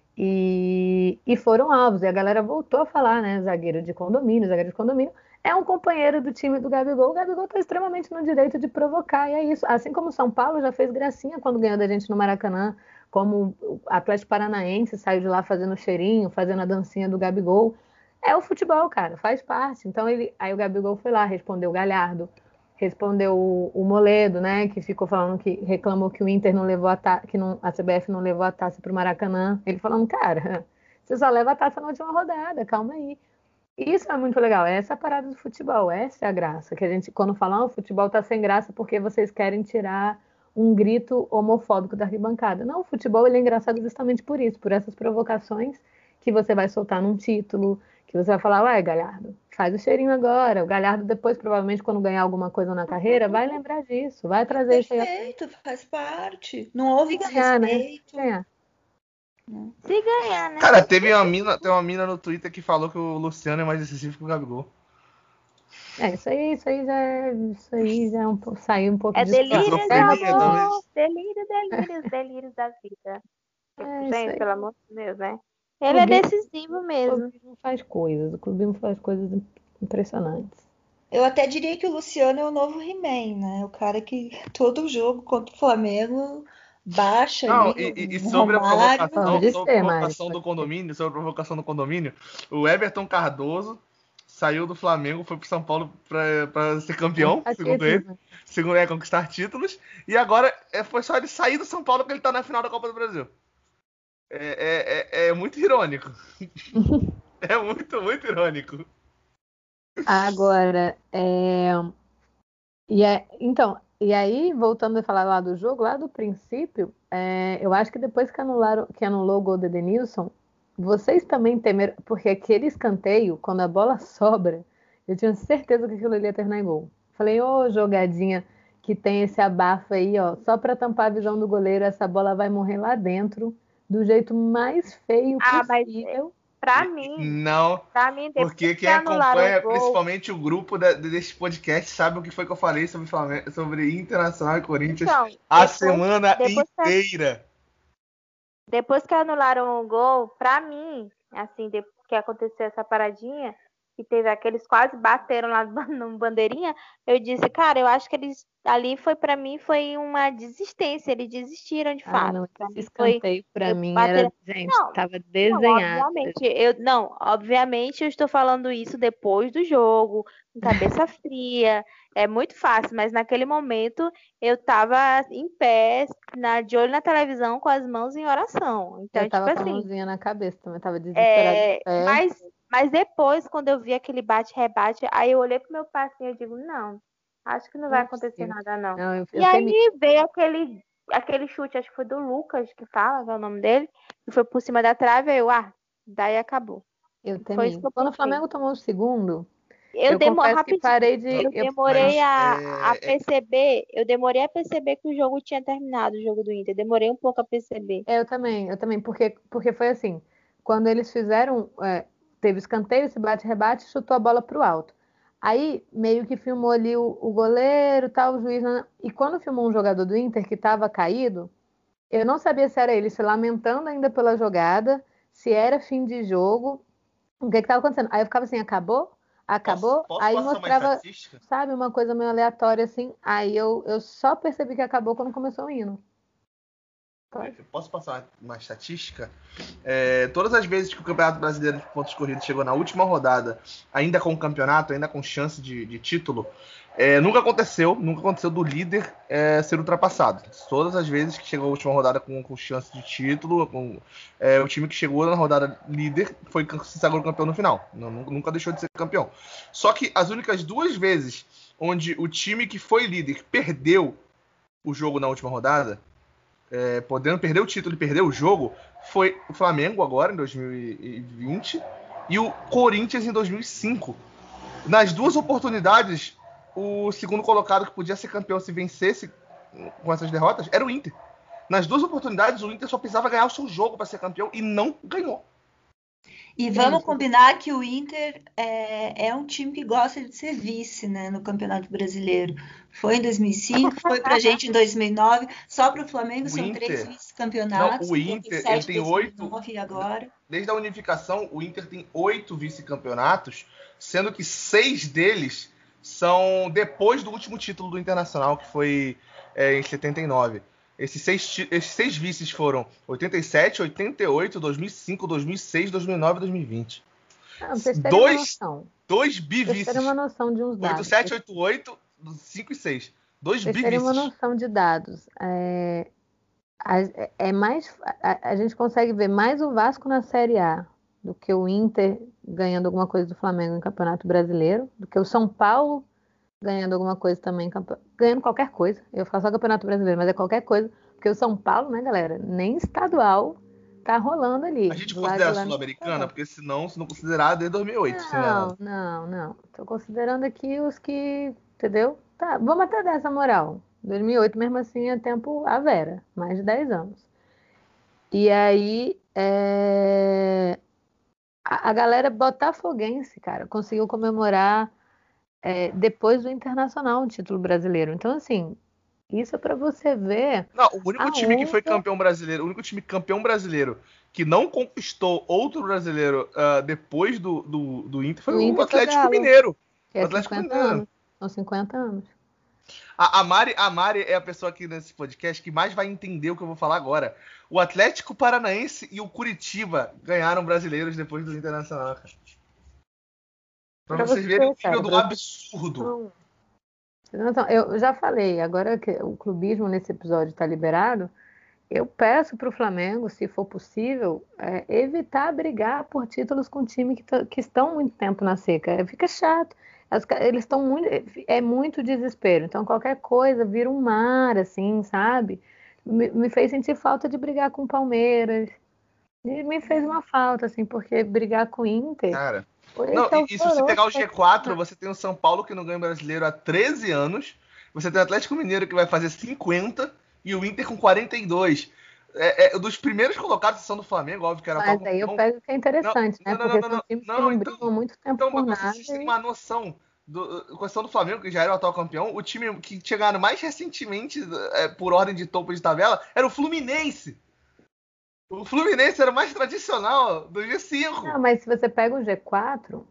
e foram alvos, e a galera voltou a falar, né, zagueiro de condomínio, é um companheiro do time do Gabigol, o Gabigol está extremamente no direito de provocar, e é isso, assim como o São Paulo já fez gracinha quando ganhou da gente no Maracanã, como o Atlético Paranaense saiu de lá fazendo cheirinho, fazendo a dancinha do Gabigol. É o futebol, cara, faz parte. Então aí o Gabigol foi lá, respondeu o Galhardo, respondeu o Moledo, né, que ficou falando que reclamou que o Inter não levou a CBF não levou a taça pro Maracanã. Ele falando, cara, você só leva a taça na última rodada, calma aí. Isso é muito legal, essa é a parada do futebol, essa é a graça, que a gente, quando fala, o futebol tá sem graça porque vocês querem tirar um grito homofóbico da arquibancada. Não, o futebol ele é engraçado justamente por isso, por essas provocações que você vai soltar num título, que você vai falar, ué, Galhardo, faz o cheirinho agora. O Galhardo depois, provavelmente, quando ganhar alguma coisa na carreira, vai lembrar disso, vai trazer isso aí. Perfeito, faz parte. Não houve desrespeito. Né? Se ganhar, né? Cara, tem uma mina no Twitter que falou que o Luciano é mais decisivo que o Gabigol. Isso aí já é sair um pouco de delírios da vida. Gente, pelo amor de Deus, né? Ele é decisivo mesmo. O clubismo faz coisas impressionantes. Eu até diria que o Luciano é o novo He-Man, né? O cara que todo jogo contra o Flamengo baixa. Não, e sobre a provocação do condomínio, o Everton Cardoso saiu do Flamengo, foi pro São Paulo pra ser campeão, segundo ele, conquistar títulos, e agora foi só ele sair do São Paulo que ele tá na final da Copa do Brasil. É muito irônico. É muito, muito irônico. Agora, então, e aí, voltando a falar lá do jogo, lá do princípio, eu acho que depois que anulou o gol do Edenilson, vocês também temeram, porque aquele escanteio, quando a bola sobra, eu tinha certeza que aquilo ali ia terminar em gol. Falei, jogadinha que tem esse abafo aí, ó, só para tampar a visão do goleiro, essa bola vai morrer lá dentro, do jeito mais feio possível. Pra mim. Não. Pra mim, porque quem acompanha, principalmente o grupo deste podcast, sabe o que foi que eu falei sobre Internacional e Corinthians a semana inteira. Depois que anularam o gol, pra mim, assim, depois que aconteceu essa paradinha, que teve aqueles quase bateram lá no bandeirinha, eu disse, cara, eu acho que eles ali pra mim foi uma desistência, eles desistiram de fato. Não, Pra esse mim escanteio pra mim bateram. era, gente, Não, tava desenhado. obviamente eu estou falando isso depois do jogo, com cabeça fria, é muito fácil, mas naquele momento eu tava em pé, de olho na televisão, com as mãos em oração. Então, Eu tava tipo com a assim, mãozinha na cabeça também, tava desesperada em pé. mas depois, quando eu vi aquele bate-rebate, aí eu olhei pro meu pai assim, eu digo, não, acho que não vai acontecer nada, não. Não, E aí veio aquele chute, acho que foi do Lucas, que fala, que é o nome dele, que foi por cima da trave, aí eu, daí acabou. Eu Foi temi. isso que eu Quando o pensei. Flamengo tomou o segundo, Eu confesso que parei de... Eu demorei a perceber que o jogo tinha terminado, o jogo do Inter. Demorei um pouco a perceber. Eu também, porque foi assim, quando eles fizeram, teve escanteio, esse bate-rebate, chutou a bola pro alto. Aí, meio que filmou ali o goleiro, tal, o juiz, e quando filmou um jogador do Inter que estava caído, eu não sabia se era ele se lamentando ainda pela jogada, se era fim de jogo, o que estava acontecendo. Aí eu ficava assim, acabou? Acabou? Posso Aí passar mostrava, uma estatística? sabe, uma coisa meio aleatória assim. Aí eu só percebi que acabou quando começou o hino. Pode? Posso passar uma estatística? Todas as vezes que o Campeonato Brasileiro de Pontos Corridos chegou na última rodada, ainda com campeonato, ainda com chance de título, nunca aconteceu do líder ser ultrapassado. Todas as vezes que chegou a última rodada com chance de título, o time que chegou na rodada líder se sagrou campeão no final. Nunca deixou de ser campeão. Só que as únicas 2 vezes onde o time que foi líder perdeu o jogo na última rodada, podendo perder o título e perder o jogo, foi o Flamengo agora, em 2020, e o Corinthians em 2005. Nas 2 oportunidades, o segundo colocado que podia ser campeão se vencesse com essas derrotas era o Inter. Nas 2 oportunidades, o Inter só precisava ganhar o seu jogo para ser campeão e não ganhou. E vamos combinar que o Inter é um time que gosta de ser vice, né, no Campeonato Brasileiro. Foi em 2005, foi pra gente em 2009. Só para o Flamengo são 3 vice-campeonatos. Não, o Inter 2007, tem 8. E agora. Desde a unificação, o Inter tem 8 vice-campeonatos, sendo que 6 deles são depois do último título do Internacional, que foi em 79. Esses 6 vices foram 87, 88, 2005, 2006, 2009 e 2020. Dois bivices. Vocês terem uma noção de uns dados. 87, 88, 5 e 6. 2 bivices. Vocês terem uma noção de dados. A gente consegue ver mais o Vasco na Série A do que o Inter ganhando alguma coisa do Flamengo em Campeonato Brasileiro, do que o São Paulo ganhando alguma coisa também, ganhando qualquer coisa. Eu falo só Campeonato Brasileiro, mas é qualquer coisa, porque o São Paulo, né, galera, nem estadual tá rolando ali. A gente considera a Sul-Americana, porque senão, se não considerar, desde 2008. Não. Tô considerando aqui os que, entendeu? Tá, vamos até dar essa moral. 2008, mesmo assim, é tempo a vera, mais de 10 anos. E aí, a galera botafoguense, cara, conseguiu comemorar depois do Internacional, um título brasileiro. Então, assim, isso é pra você ver. Não, o único time que foi campeão brasileiro, o único time campeão brasileiro que não conquistou outro brasileiro depois do Inter foi o Atlético Mineiro. Que é 50 anos. São 50 anos. A Mari é a pessoa aqui nesse podcast que mais vai entender o que eu vou falar agora. O Atlético Paranaense e o Curitiba ganharam brasileiros depois do Internacional, cara. Pra vocês verem o nível do absurdo. Não, eu já falei, agora que o clubismo nesse episódio está liberado, eu peço para o Flamengo, se for possível, evitar brigar por títulos com time que estão muito tempo na seca. Fica chato. Eles estão muito. É muito desespero. Então, qualquer coisa vira um mar, assim, sabe? Me fez sentir falta de brigar com o Palmeiras. E me fez uma falta, assim, porque brigar com o Inter. Cara. Não, e se você pegar o G4, você tem o São Paulo que não ganha o brasileiro há 13 anos, você tem o Atlético Mineiro que vai fazer 50 e o Inter com 42. Dos primeiros colocados são do Flamengo, óbvio que era Mas aí eu pego que é interessante, né? Porque são times que não brigam muito tempo por nada. Vocês têm uma noção questão do Flamengo, que já era o atual campeão, o time que chegaram mais recentemente, por ordem de topo de tabela, era o Fluminense. O Fluminense era o mais tradicional do G5. Não, mas se você pega o G4,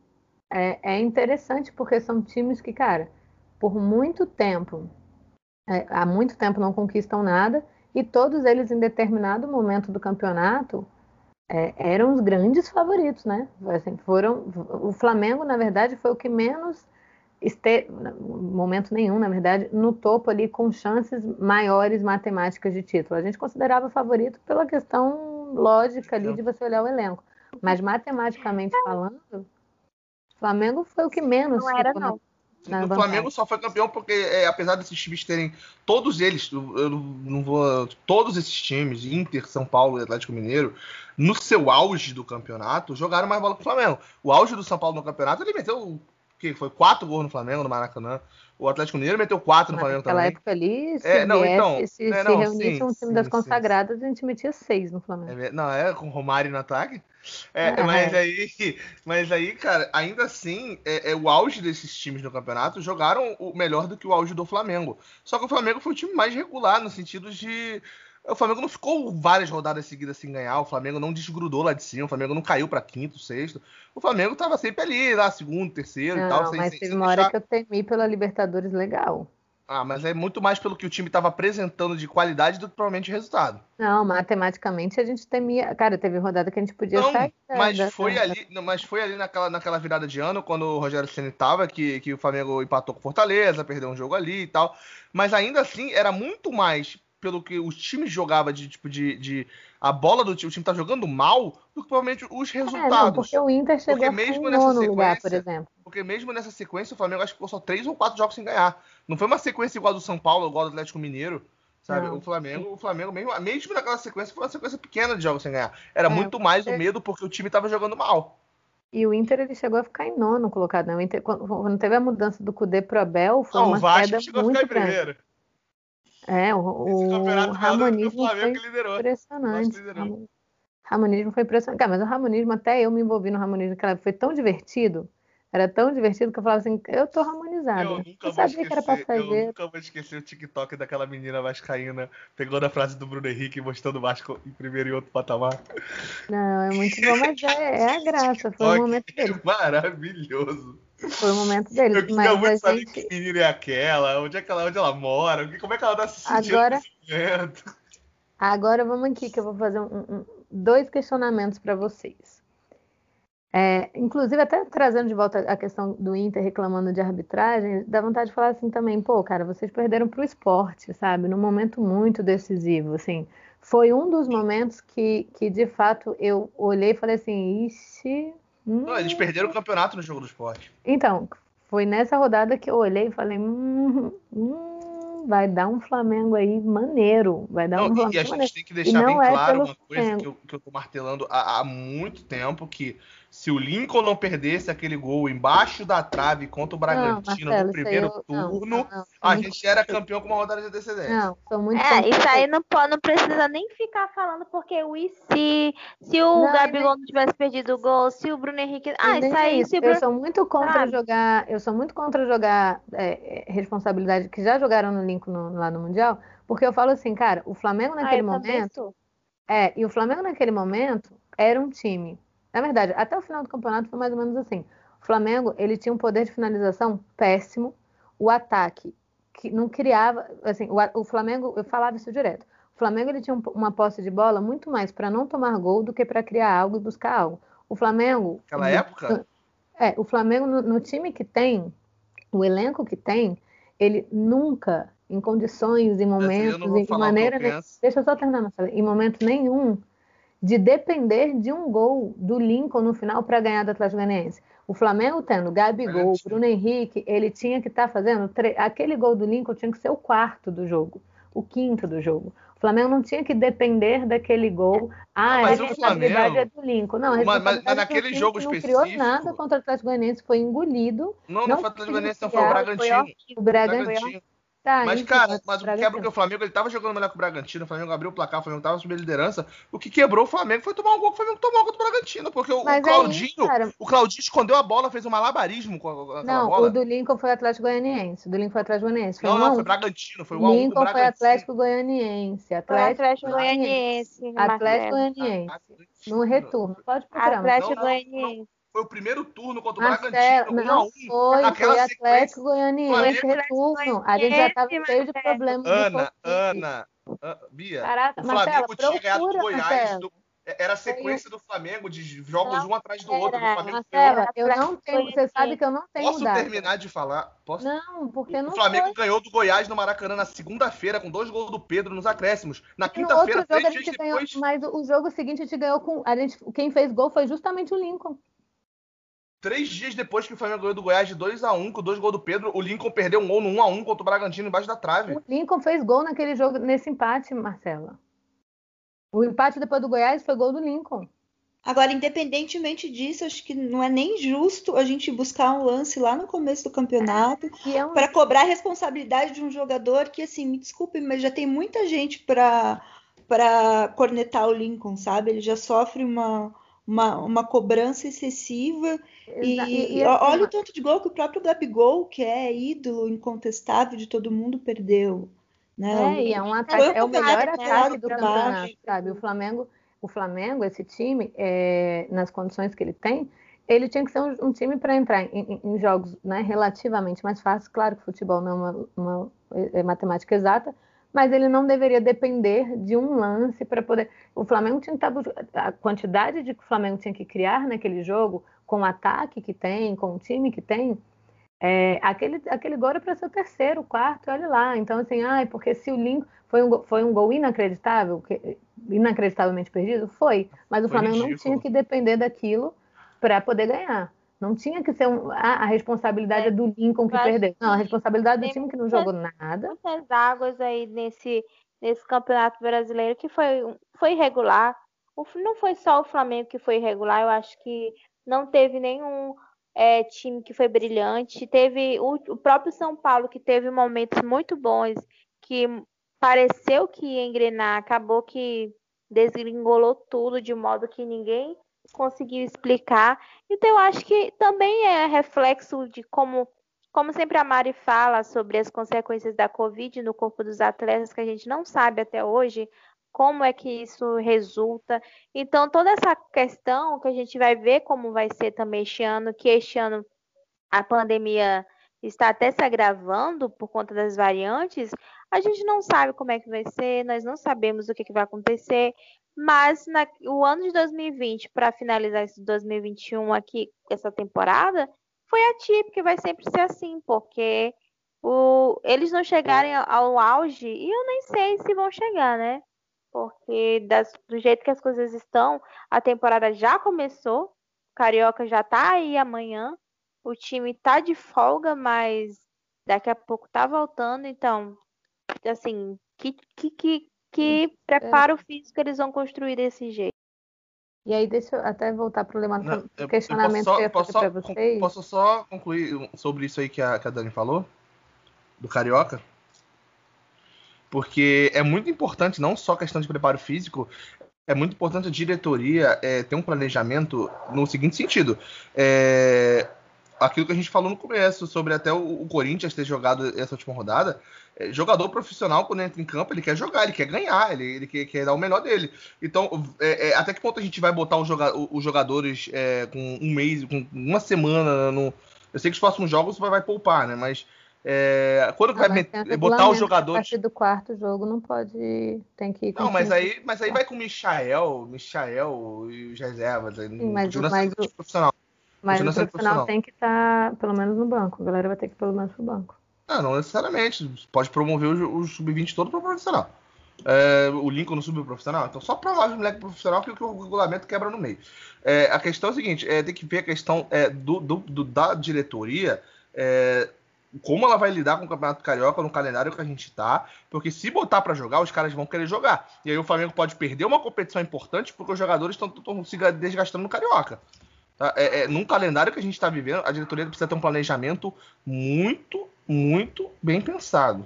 É interessante porque são times que, cara, por muito tempo, há muito tempo não conquistam nada e todos eles em determinado momento do campeonato eram os grandes favoritos, né? Assim, o Flamengo, na verdade, foi o que menos momento nenhum, na verdade, no topo ali com chances maiores matemáticas de título. A gente considerava favorito pela questão lógica ali de você olhar o elenco. Mas matematicamente falando, o Flamengo foi o que menos não era, não. O Flamengo só foi campeão porque, apesar desses times terem, todos eles, eu não vou, todos esses times, Inter, São Paulo e Atlético Mineiro, no seu auge do campeonato, jogaram mais bola que o Flamengo. O auge do São Paulo no campeonato, ele meteu, que foi 4 gols no Flamengo, no Maracanã. O Atlético Mineiro meteu 4 no Flamengo também. Naquela época ali, se reunisse um time das consagradas, a gente metia 6 no Flamengo. Com o Romário no ataque. Mas aí, cara, ainda assim, o auge desses times no campeonato jogaram melhor do que o auge do Flamengo. Só que o Flamengo foi o time mais regular, no sentido de... O Flamengo não ficou várias rodadas seguidas sem ganhar, o Flamengo não desgrudou lá de cima, o Flamengo não caiu pra quinto, sexto. O Flamengo tava sempre ali, lá, segundo, terceiro e tal. Mas teve uma hora que eu temi pela Libertadores legal. Mas é muito mais pelo que o time estava apresentando de qualidade do que provavelmente de resultado. Não, matematicamente a gente temia. Cara, teve rodada que a gente podia sair. Mas foi ali naquela virada de ano, quando o Rogério Ceni tava, que o Flamengo empatou com o Fortaleza, perdeu um jogo ali e tal. Mas ainda assim, era muito mais pelo que os times jogavam a bola do time tá jogando mal do que provavelmente os resultados. Porque o Inter chegou em nono lugar, por exemplo. Porque mesmo nessa sequência, o Flamengo acho que ficou só 3 ou 4 jogos sem ganhar. Não foi uma sequência igual a do São Paulo, igual a do Atlético Mineiro, sabe? O Flamengo mesmo naquela sequência, foi uma sequência pequena de jogos sem ganhar. Era muito mais o medo porque o time tava jogando mal. E o Inter, ele chegou a ficar em nono colocado, né? O Inter, quando teve a mudança do Cudê pro Abel, foi uma queda chegou muito a ficar em primeiro. O Ramonismo foi impressionante. O Ramonismo foi impressionante. Cara, mas o Ramonismo, até eu me envolvi no Ramonismo naquela época, foi tão divertido. Era tão divertido que eu falava assim, eu tô ramonizada. Eu sabia que era pra fazer. Eu nunca vou esquecer o TikTok daquela menina vascaína pegando a frase do Bruno Henrique e mostrando o Vasco em primeiro e outro patamar. Não, é muito bom, mas é a graça. Foi o momento dele. Maravilhoso. Foi o momento dele. Eu queria muito saber que menina é aquela, onde ela mora, como é que ela tá se sentindo nesse momento. Agora vamos aqui que eu vou fazer 2 questionamentos para vocês. Inclusive, até trazendo de volta a questão do Inter reclamando de arbitragem, dá vontade de falar assim também, cara, vocês perderam pro esporte, sabe? Num momento muito decisivo, assim. Foi um dos momentos que de fato, eu olhei e falei assim, ixi... Não, eles perderam o campeonato no jogo do esporte. Então, foi nessa rodada que eu olhei e falei, vai dar um Flamengo aí maneiro. Vai dar um Flamengo e a gente maneiro. Tem que deixar bem claro uma coisa que eu tô martelando há muito tempo, que se o Lincoln não perdesse aquele gol embaixo da trave contra o Bragantino no primeiro turno, a gente era campeão com uma rodada de antecedência. Não, sou muito isso aí não precisa nem ficar falando, porque se o Gabigol não tivesse perdido o gol, se o Bruno Henrique... isso aí... Eu sou muito contra jogar responsabilidade, que já jogaram no Lincoln lá no Mundial, porque eu falo assim, cara, o Flamengo naquele momento... E o Flamengo naquele momento era um time... Na verdade, até o final do campeonato foi mais ou menos assim. O Flamengo, ele tinha um poder de finalização péssimo. O ataque, que não criava... Assim, o Flamengo, eu falava isso direto. O Flamengo, ele tinha uma posse de bola muito mais para não tomar gol do que para criar algo e buscar algo. O Flamengo... Naquela época? O Flamengo, no time que tem, o elenco que tem, ele nunca, em condições, em momentos, em maneira... Deixa eu só terminar, em momento nenhum... de depender de um gol do Lincoln no final para ganhar do Atlético Goianiense. O Flamengo tendo Gabigol, Bruno Henrique, ele tinha que estar fazendo... Aquele gol do Lincoln tinha que ser o 4º do jogo, o 5º do jogo. O Flamengo não tinha que depender daquele gol. A responsabilidade é do Lincoln. Não, mas naquele jogo específico... Não criou nada contra o Atlético Goianiense, foi engolido. Não foi o Atlético Goianiense, não, foi o Bragantino. O Bragantino. Mas, cara, o que quebra que o Flamengo, ele tava jogando melhor que o Bragantino, o Flamengo abriu o placar, o Flamengo tava sob a liderança. O que quebrou o Flamengo foi tomar um gol que o Flamengo tomou contra o Bragantino, porque o Claudinho escondeu a bola, fez um malabarismo com aquela bola. Não, o do Lincoln foi o Atlético Goianiense. Não, foi Bragantino, foi o 1-1 Lincoln foi Atlético Goianiense. Atlético Goianiense. No retorno, pode procurar. Atlético Goianiense. foi o primeiro turno contra o Marcelo, Bragantino, 1 a não 1. foi, Naquela foi sequência, Atlético Goianiense Flamengo- retorno. A gente já estava cheio de Marcelo. problemas de Covid. Bia, Caraca, o Marcela, Flamengo tinha ganhado do procura, Goiás. Marcela. Era a Foi sequência do Flamengo de jogos Não um atrás do outro. O era. Flamengo ganhou. Marcela, eu não tenho. Você sabe que eu não tenho Posso data. terminar de falar? Posso? Não, porque O não Flamengo foi. ganhou do Goiás no Maracanã na segunda-feira, com 2 gols do Pedro nos acréscimos. Na E no outro quinta-feira, jogo a 3 gente dias ganhou, depois. mas o jogo seguinte a gente ganhou com. Quem fez gol foi justamente o Lincoln. 3 dias depois que o Flamengo ganhou do Goiás de 2 a 1 com 2 gols do Pedro, o Lincoln perdeu um gol no 1 a 1 contra o Bragantino embaixo da trave. O Lincoln fez gol naquele jogo, nesse empate, Marcela. O empate depois do Goiás foi gol do Lincoln. Agora, independentemente disso, acho que não é nem justo a gente buscar um lance lá no começo do campeonato para cobrar a responsabilidade de um jogador que, assim, me desculpe, mas já tem muita gente para cornetar o Lincoln, sabe? Ele já sofre uma cobrança excessiva. E olha o tanto de gol que o próprio Gabigol, que é ídolo incontestável de todo mundo, perdeu. Né? E é um ataque, é o melhor ataque do campeonato, sabe? O Flamengo, esse time, nas condições que ele tem, ele tinha que ser um time para entrar em jogos, né, relativamente mais fáceis. Claro que o futebol não é uma matemática exata, mas ele não deveria depender de um lance para poder... O Flamengo tinha que estar... A quantidade de que o Flamengo tinha que criar naquele jogo, com o ataque que tem, com o time que tem, aquele gol era para ser o terceiro, o quarto, olha lá. Então, assim, porque se o Lincoln foi um gol inacreditável, inacreditavelmente perdido, foi. Mas o Flamengo não tinha que depender daquilo para poder ganhar. Não tinha que ser a responsabilidade do Lincoln que perdeu. Não, a responsabilidade do time que não jogou nada. Muitas águas aí nesse campeonato brasileiro que foi irregular. Não foi só o Flamengo que foi irregular, eu acho que não teve nenhum time que foi brilhante. Teve o próprio São Paulo, que teve momentos muito bons, que pareceu que ia engrenar, acabou que desgringolou tudo de modo que ninguém conseguiu explicar. Então eu acho que também é reflexo de como sempre a Mari fala sobre as consequências da Covid no corpo dos atletas, que a gente não sabe até hoje como é que isso resulta. Então, toda essa questão que a gente vai ver como vai ser também este ano, que este ano a pandemia está até se agravando por conta das variantes, a gente não sabe como é que vai ser, nós não sabemos o que vai acontecer, mas o ano de 2020, para finalizar esse 2021 aqui, essa temporada, foi atípico e vai sempre ser assim, porque eles não chegarem ao auge, e eu nem sei se vão chegar, né? Porque do jeito que as coisas estão, a temporada já começou, o Carioca já tá aí amanhã, o time tá de folga, mas daqui a pouco tá voltando, então, assim, que preparo físico eles vão construir desse jeito? E aí, deixa eu até voltar para o questionamento que eu ia fazer para vocês. Posso só concluir sobre isso aí que a Dani falou? Do Carioca? Porque é muito importante, não só a questão de preparo físico, é muito importante a diretoria ter um planejamento no seguinte sentido. Aquilo que a gente falou no começo, sobre até o Corinthians ter jogado essa última rodada. Jogador profissional, quando entra em campo, ele quer jogar, ele quer ganhar, ele quer dar o melhor dele. Então, até que ponto a gente vai botar os jogadores com um mês, com uma semana no... Eu sei que os próximos jogos vai poupar, né? Mas quando vai botar os jogadores... A partir do quarto jogo não pode... Tem que ir com... Não, mas aí vai com o Michael e os reservas. Sim, mas profissional. Mas o profissional tem que estar, pelo menos, no banco. A galera vai ter que ir pelo menos no banco. Não necessariamente. Pode promover o sub-20 todo para o profissional. O Lincoln não subiu profissional? Então só promove o moleque profissional que o regulamento quebra no meio. A questão é a seguinte, tem que ver a questão da diretoria, como ela vai lidar com o Campeonato Carioca no calendário que a gente tá, porque se botar para jogar, os caras vão querer jogar. E aí o Flamengo pode perder uma competição importante porque os jogadores estão se desgastando no Carioca. Tá? Num calendário que a gente está vivendo, a diretoria precisa ter um planejamento muito, muito bem pensado.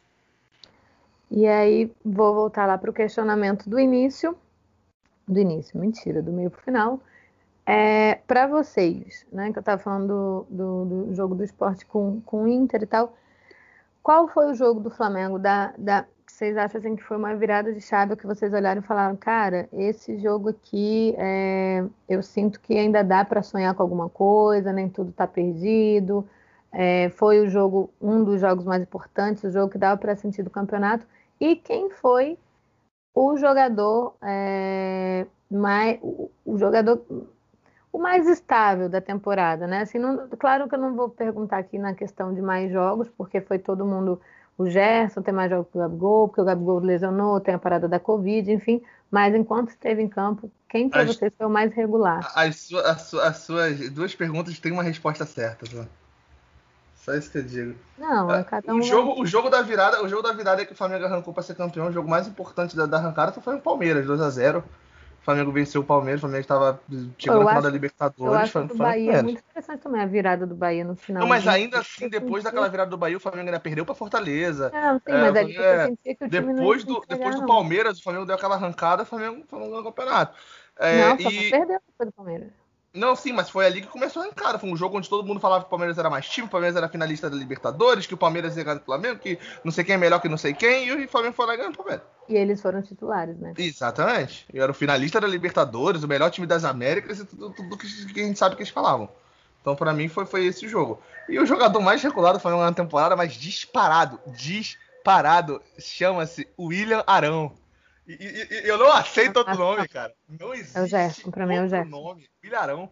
E aí, vou voltar lá para o questionamento do início. Do meio para o final. Para vocês, né, que eu estava falando do jogo do Sport com o Inter e tal, qual foi o jogo do Flamengo vocês acham assim, que foi uma virada de chave que vocês olharam e falaram, cara, esse jogo aqui, eu sinto que ainda dá para sonhar com alguma coisa, nem tudo está perdido. Foi um dos jogos mais importantes, o jogo que dava para sentir do campeonato. E quem foi o jogador o mais estável da temporada, né? Assim, claro que eu não vou perguntar aqui na questão de mais jogos, porque foi todo mundo, o Gerson tem mais jogos que o Gabigol, porque o Gabigol lesionou, tem a parada da Covid, enfim, mas enquanto esteve em campo, quem para vocês foi o mais regular? As suas duas perguntas têm uma resposta certa, tá? Só isso que eu digo. Não, cada um o jogo da virada é que o Flamengo arrancou para ser campeão. O jogo mais importante da arrancada foi o Palmeiras, 2-0. O Flamengo venceu o Palmeiras, o Flamengo estava chegando no final da Libertadores. Eu acho que o Bahia é muito interessante também, a virada do Bahia no final. Não, mas ainda assim, depois daquela virada do Bahia, o Flamengo ainda perdeu para Fortaleza. Não, sim, mas ali você sentia que o time depois do Palmeiras, o Flamengo deu aquela arrancada, o Flamengo ganhou o campeonato. Não, o Flamengo perdeu depois do Palmeiras. Não, sim, mas foi ali que começou a arrancada. Foi um jogo onde todo mundo falava que o Palmeiras era mais time, o Palmeiras era finalista da Libertadores, que o Palmeiras ia ganhar do Flamengo, que não sei quem é melhor que não sei quem, e o Flamengo foi lá e ganhou o Palmeiras. E eles foram titulares, né? Exatamente. Eu era o finalista da Libertadores, o melhor time das Américas e tudo que a gente sabe que eles falavam. Então, pra mim, foi esse jogo. E o jogador mais regulado foi uma temporada, mas disparado, chama-se William Arão. E eu não aceito outro nome, cara. Não existe o Gerson, pra mim é o Gerson. Nome. William Arão.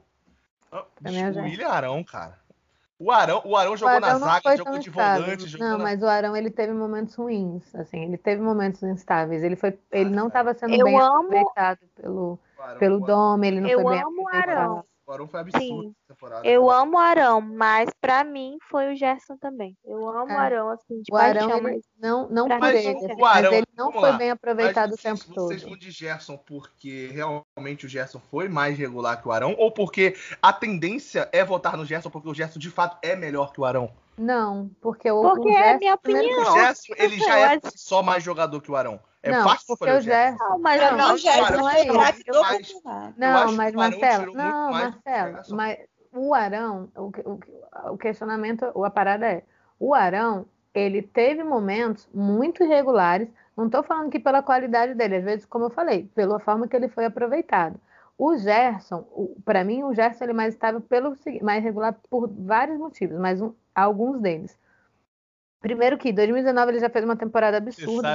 O William Arão, cara. O Arão jogou na zaga, jogou de volante. Não, mas o Arão, ele teve momentos ruins, assim, ele teve momentos instáveis. Ele não estava sendo bem aproveitado pelo Dome, ele não foi bem aproveitado. O Arão foi absurdo essa temporada. Eu amo o Arão, mas pra mim foi o Gerson também. Eu amo o Arão, assim, de paixão. Arão, mas não por ele, mas ele não foi bem aproveitado o tempo todo. Vocês vão de Gerson porque realmente o Gerson foi mais regular que o Arão, ou porque a tendência é votar no Gerson porque o Gerson de fato é melhor que o Arão? Não, porque o Gerson, é a minha opinião. O Gerson, ele já é só mais jogador que o Arão. Não, fácil porque o Gerson. Não, mas o Gerson não é isso. Não, mas Marcelo, mas o Arão, o questionamento, a parada é, o Arão, ele teve momentos muito irregulares, não estou falando que pela qualidade dele, às vezes, como eu falei, pela forma que ele foi aproveitado. O Gerson, para mim, o Gerson ele é mais estável, mais regular por vários motivos, mas alguns deles. Primeiro que em 2019 ele já fez uma temporada absurda.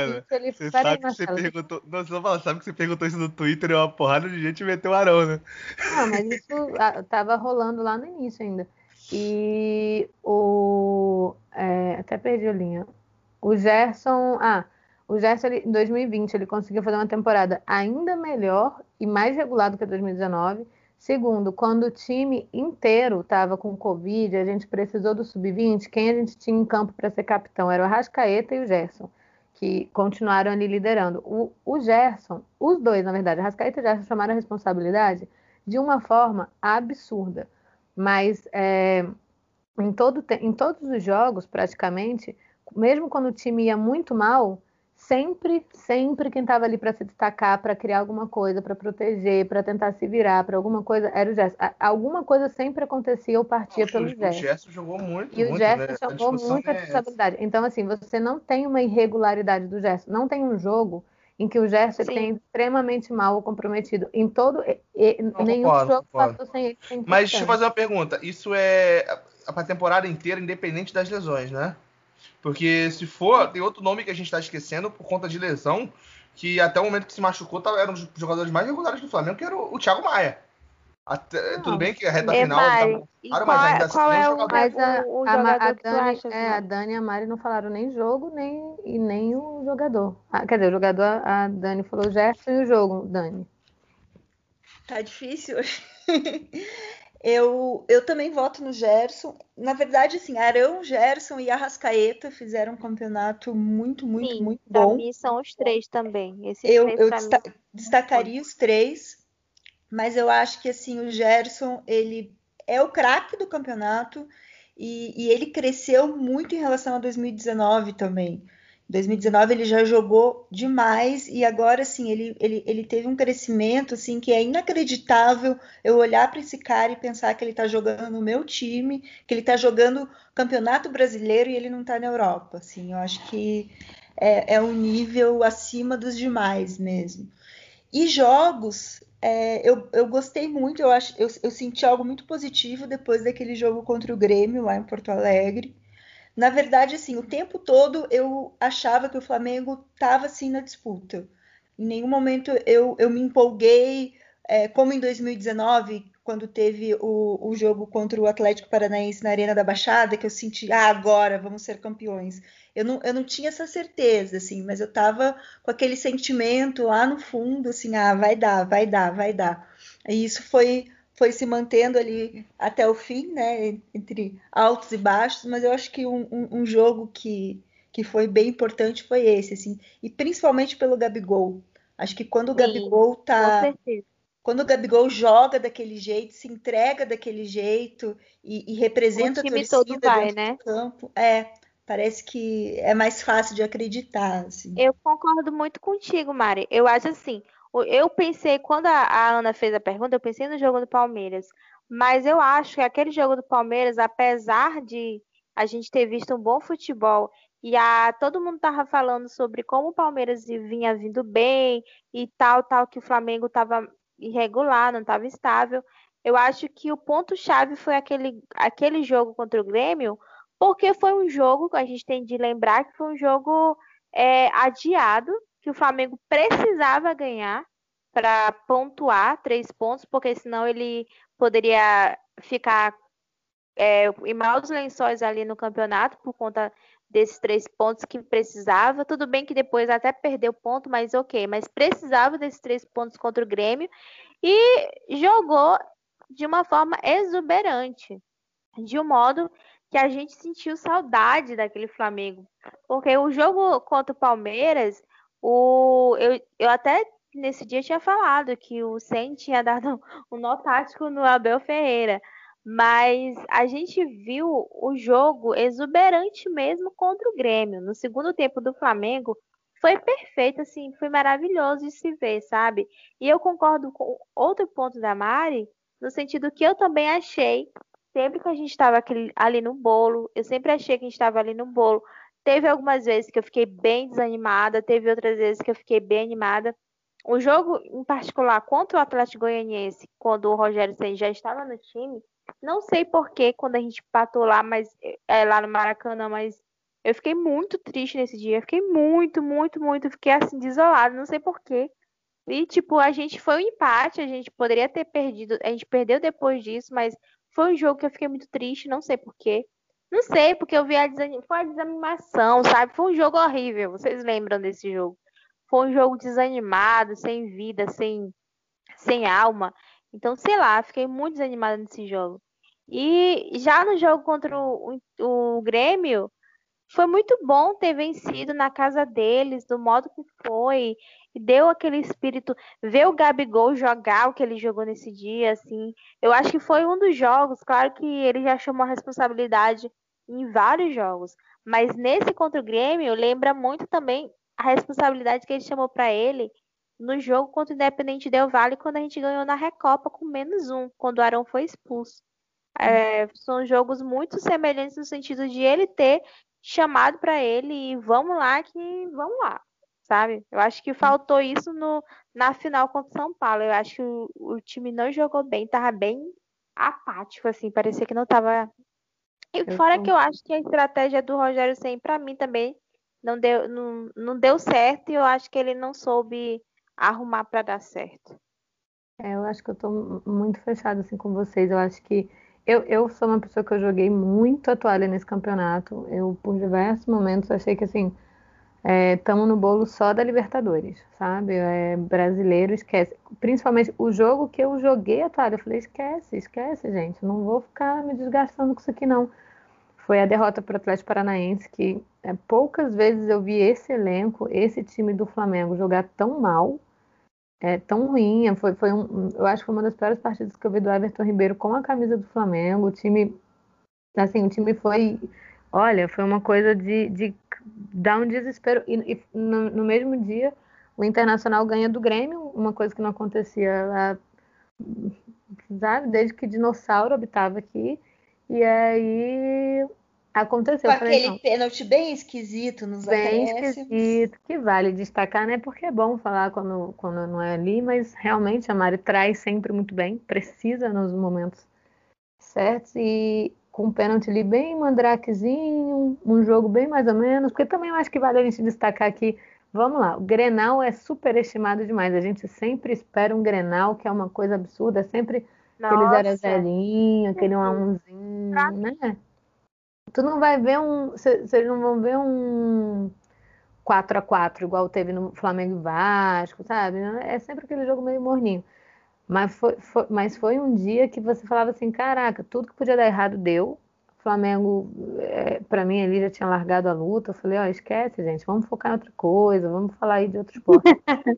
Sabe que você perguntou isso no Twitter e uma porrada de gente meteu o Arão, né? Não, mas isso tava rolando lá no início ainda. E até perdi a linha. O Gerson, em 2020 ele conseguiu fazer uma temporada ainda melhor e mais regular do que 2019. Segundo, quando o time inteiro estava com Covid, a gente precisou do Sub-20, quem a gente tinha em campo para ser capitão era o Arrascaeta e o Gerson, que continuaram ali liderando. O Gerson, os dois, na verdade, Arrascaeta e o Gerson chamaram a responsabilidade de uma forma absurda. Mas em todos os jogos, praticamente, mesmo quando o time ia muito mal, sempre quem estava ali para se destacar, para criar alguma coisa, para proteger, para tentar se virar, para alguma coisa, era o Gerson. Alguma coisa sempre acontecia ou partia pelo Gerson. O Gerson jogou muito. E o Gerson chamou muita responsabilidade. Então, assim, você não tem uma irregularidade do Gerson. Não tem um jogo em que o Gerson tem extremamente mal ou comprometido. Em todo... nenhum jogo passou sem ele. Mas deixa eu fazer uma pergunta. Isso é para a temporada inteira, independente das lesões, né? Porque se for, tem outro nome que a gente está esquecendo por conta de lesão, que até o momento que se machucou era um dos jogadores mais regulares do Flamengo, que era o Thiago Maia. Tudo bem que a reta final mas ainda assim é o jogador que tu acha? A Dani e a Mari não falaram nem jogo, nem o jogador. Quer dizer, o jogador, a Dani falou o Gerson e o jogo, Dani. Tá difícil. Eu também voto no Gerson. Na verdade, assim, Arão, Gerson e Arrascaeta fizeram um campeonato muito bom. Pra mim são os três também. Eu destacaria os três, mas eu acho que assim, o Gerson, ele é o craque do campeonato e ele cresceu muito em relação a 2019 também. Em 2019 ele já jogou demais e agora assim, ele teve um crescimento assim, que é inacreditável eu olhar para esse cara e pensar que ele está jogando no meu time, que ele está jogando Campeonato Brasileiro e ele não está na Europa. Assim, eu acho que é um nível acima dos demais mesmo. E jogos, eu gostei muito, eu senti algo muito positivo depois daquele jogo contra o Grêmio lá em Porto Alegre. Na verdade, assim, o tempo todo eu achava que o Flamengo estava assim na disputa. Em nenhum momento eu me empolguei, como em 2019, quando teve o jogo contra o Atlético Paranaense na Arena da Baixada, que eu senti, agora vamos ser campeões. Eu não tinha essa certeza, assim, mas eu estava com aquele sentimento lá no fundo, assim, vai dar, vai dar, vai dar. E isso foi se mantendo ali até o fim, né, entre altos e baixos, mas eu acho que um jogo que foi bem importante foi esse, assim, e principalmente pelo Gabigol. Acho que quando o Gabigol quando o Gabigol joga daquele jeito, se entrega daquele jeito e representa a torcida dentro do campo, parece que é mais fácil de acreditar, assim. Eu concordo muito contigo, Mari. Eu acho assim, eu pensei, quando a Ana fez a pergunta, eu pensei no jogo do Palmeiras. Mas eu acho que aquele jogo do Palmeiras, apesar de a gente ter visto um bom futebol e todo mundo tava falando sobre como o Palmeiras vinha vindo bem e tal, que o Flamengo tava irregular, não tava estável. Eu acho que o ponto-chave foi aquele jogo contra o Grêmio, porque foi um jogo, a gente tem de lembrar que foi um jogo adiado, que o Flamengo precisava ganhar para pontuar 3 pontos, porque senão ele poderia ficar em maus lençóis ali no campeonato por conta desses 3 pontos que precisava. Tudo bem que depois até perdeu ponto, mas ok, mas precisava desses 3 pontos contra o Grêmio e jogou de uma forma exuberante, de um modo que a gente sentiu saudade daquele Flamengo. Porque o jogo contra o Palmeiras, eu até nesse dia tinha falado que o Ceni tinha dado um nó tático no Abel Ferreira. Mas a gente viu o jogo exuberante mesmo contra o Grêmio. No segundo tempo do Flamengo, foi perfeito, assim, foi maravilhoso de se ver, sabe? E eu concordo com outro ponto da Mari, no sentido que eu também achei, sempre que a gente estava ali no bolo, eu sempre achei que a gente estava ali no bolo. Teve algumas vezes que eu fiquei bem desanimada, teve outras vezes que eu fiquei bem animada. O jogo, em particular, contra o Atlético Goianiense, quando o Rogério Ceni já estava no time, não sei por que quando a gente empatou lá, mas lá no Maracanã, mas eu fiquei muito triste nesse dia. Eu fiquei muito, muito, muito, fiquei assim desolada, não sei por quê. E tipo, a gente foi um empate, a gente poderia ter perdido, a gente perdeu depois disso, mas foi um jogo que eu fiquei muito triste, não sei por quê. Não sei, porque eu vi foi a desanimação, sabe? Foi um jogo horrível. Vocês lembram desse jogo? Foi um jogo desanimado, sem vida, sem alma. Então, sei lá, fiquei muito desanimada nesse jogo. E já no jogo contra o Grêmio, foi muito bom ter vencido na casa deles, do modo que foi. E deu aquele espírito, ver o Gabigol jogar o que ele jogou nesse dia, assim. Eu acho que foi um dos jogos, claro que ele já chamou a responsabilidade em vários jogos, mas nesse contra o Grêmio lembra muito também a responsabilidade que ele chamou para ele no jogo contra o Independente Del Valle, quando a gente ganhou na Recopa com -1, quando o Arão foi expulso. São jogos muito semelhantes no sentido de ele ter chamado para ele e vamos lá, sabe? Eu acho que faltou isso na final contra o São Paulo. Eu acho que o time não jogou bem, tava bem apático, assim, parecia que não tava. E fora que eu acho que a estratégia do Rogério Ceni, para mim também, não deu certo e eu acho que ele não soube arrumar para dar certo. Eu acho que eu tô muito fechada assim com vocês. Eu acho que eu sou uma pessoa que eu joguei muito a toalha nesse campeonato. Eu, por diversos momentos, achei que assim, estamos no bolo só da Libertadores, sabe? Brasileiro, esquece. Principalmente o jogo que eu joguei a toalha. Eu falei, esquece, gente. Não vou ficar me desgastando com isso aqui, não. Foi a derrota para o Atlético Paranaense, que poucas vezes eu vi esse elenco, esse time do Flamengo jogar tão mal, tão ruim. Eu acho que foi uma das piores partidas que eu vi do Everton Ribeiro com a camisa do Flamengo. O time foi, olha, foi uma coisa de dar um desespero. E no mesmo dia, o Internacional ganha do Grêmio, uma coisa que não acontecia lá, sabe, desde que dinossauro habitava aqui. E aí Aconteceu. Com Eu falei, aquele não, pênalti bem esquisito nos bem acréscimos. esquisito, que vale destacar, né? Porque é bom falar quando não é ali, mas realmente a Mari traz sempre muito bem, precisa nos momentos certos e com um pênalti ali bem mandrakezinho, um jogo bem mais ou menos, porque também eu acho que vale a gente destacar aqui, vamos lá, o Grenal é superestimado demais, a gente sempre espera um Grenal, que é uma coisa absurda, é sempre aquele Nossa. 0-0, aquele 1-1zinho, né? Tu não vai ver vocês não vão ver um 4-4 igual teve no Flamengo e Vasco, sabe? É sempre aquele jogo meio morninho. Mas foi um dia que você falava assim, caraca, tudo que podia dar errado deu. O Flamengo, pra mim, ali já tinha largado a luta. Eu falei, ó, esquece, gente, vamos focar em outra coisa, vamos falar aí de outro esporte.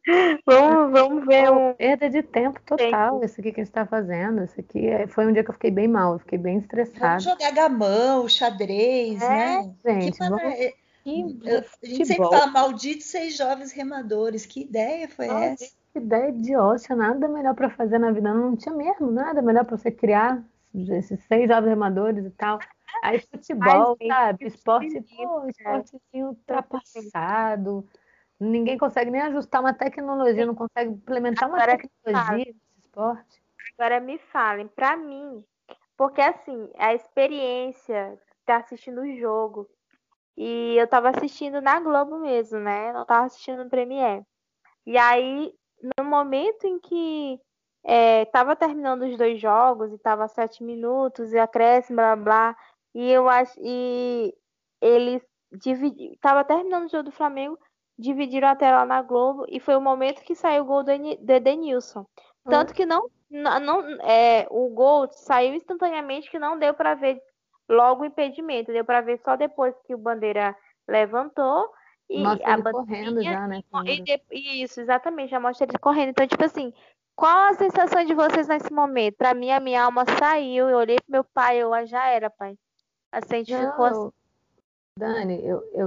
Vamos ver Perda de tempo total, isso aqui que a gente tá fazendo. Isso aqui foi um dia que eu fiquei bem mal, eu fiquei bem estressada. Vamos jogar gamão, xadrez, né? Gente, A gente sempre fala maldito 6 jovens remadores. Que ideia foi essa? Que ideia idiota, nada melhor para fazer na vida. Não tinha mesmo nada melhor para você criar esses 6 jovens remadores e tal. Aí futebol, sabe? Esportezinho ultrapassado. Ninguém consegue nem ajustar uma tecnologia, não consegue implementar uma tecnologia nesse esporte. Agora me falem, pra mim, porque assim, a experiência de estar assistindo o jogo, e eu tava assistindo na Globo mesmo, né? Não tava assistindo no Premiere. E aí, no momento em que tava terminando os 2 jogos, e tava 7 minutos, e acréscimo, blá, blá, e eu acho, e eles tava terminando o jogo do Flamengo, dividiram a tela na Globo, e foi o momento que saiu o gol do Edenilson. Tanto que o gol saiu instantaneamente, que não deu para ver logo o impedimento, deu para ver só depois que o Bandeira levantou. E mostra a ele correndo já, né? Isso, exatamente, já mostra ele correndo. Então, tipo assim, qual a sensação de vocês nesse momento? Pra mim, a minha alma saiu, eu olhei pro meu pai, já era, pai. Assim, a gente ficou assim. Dani,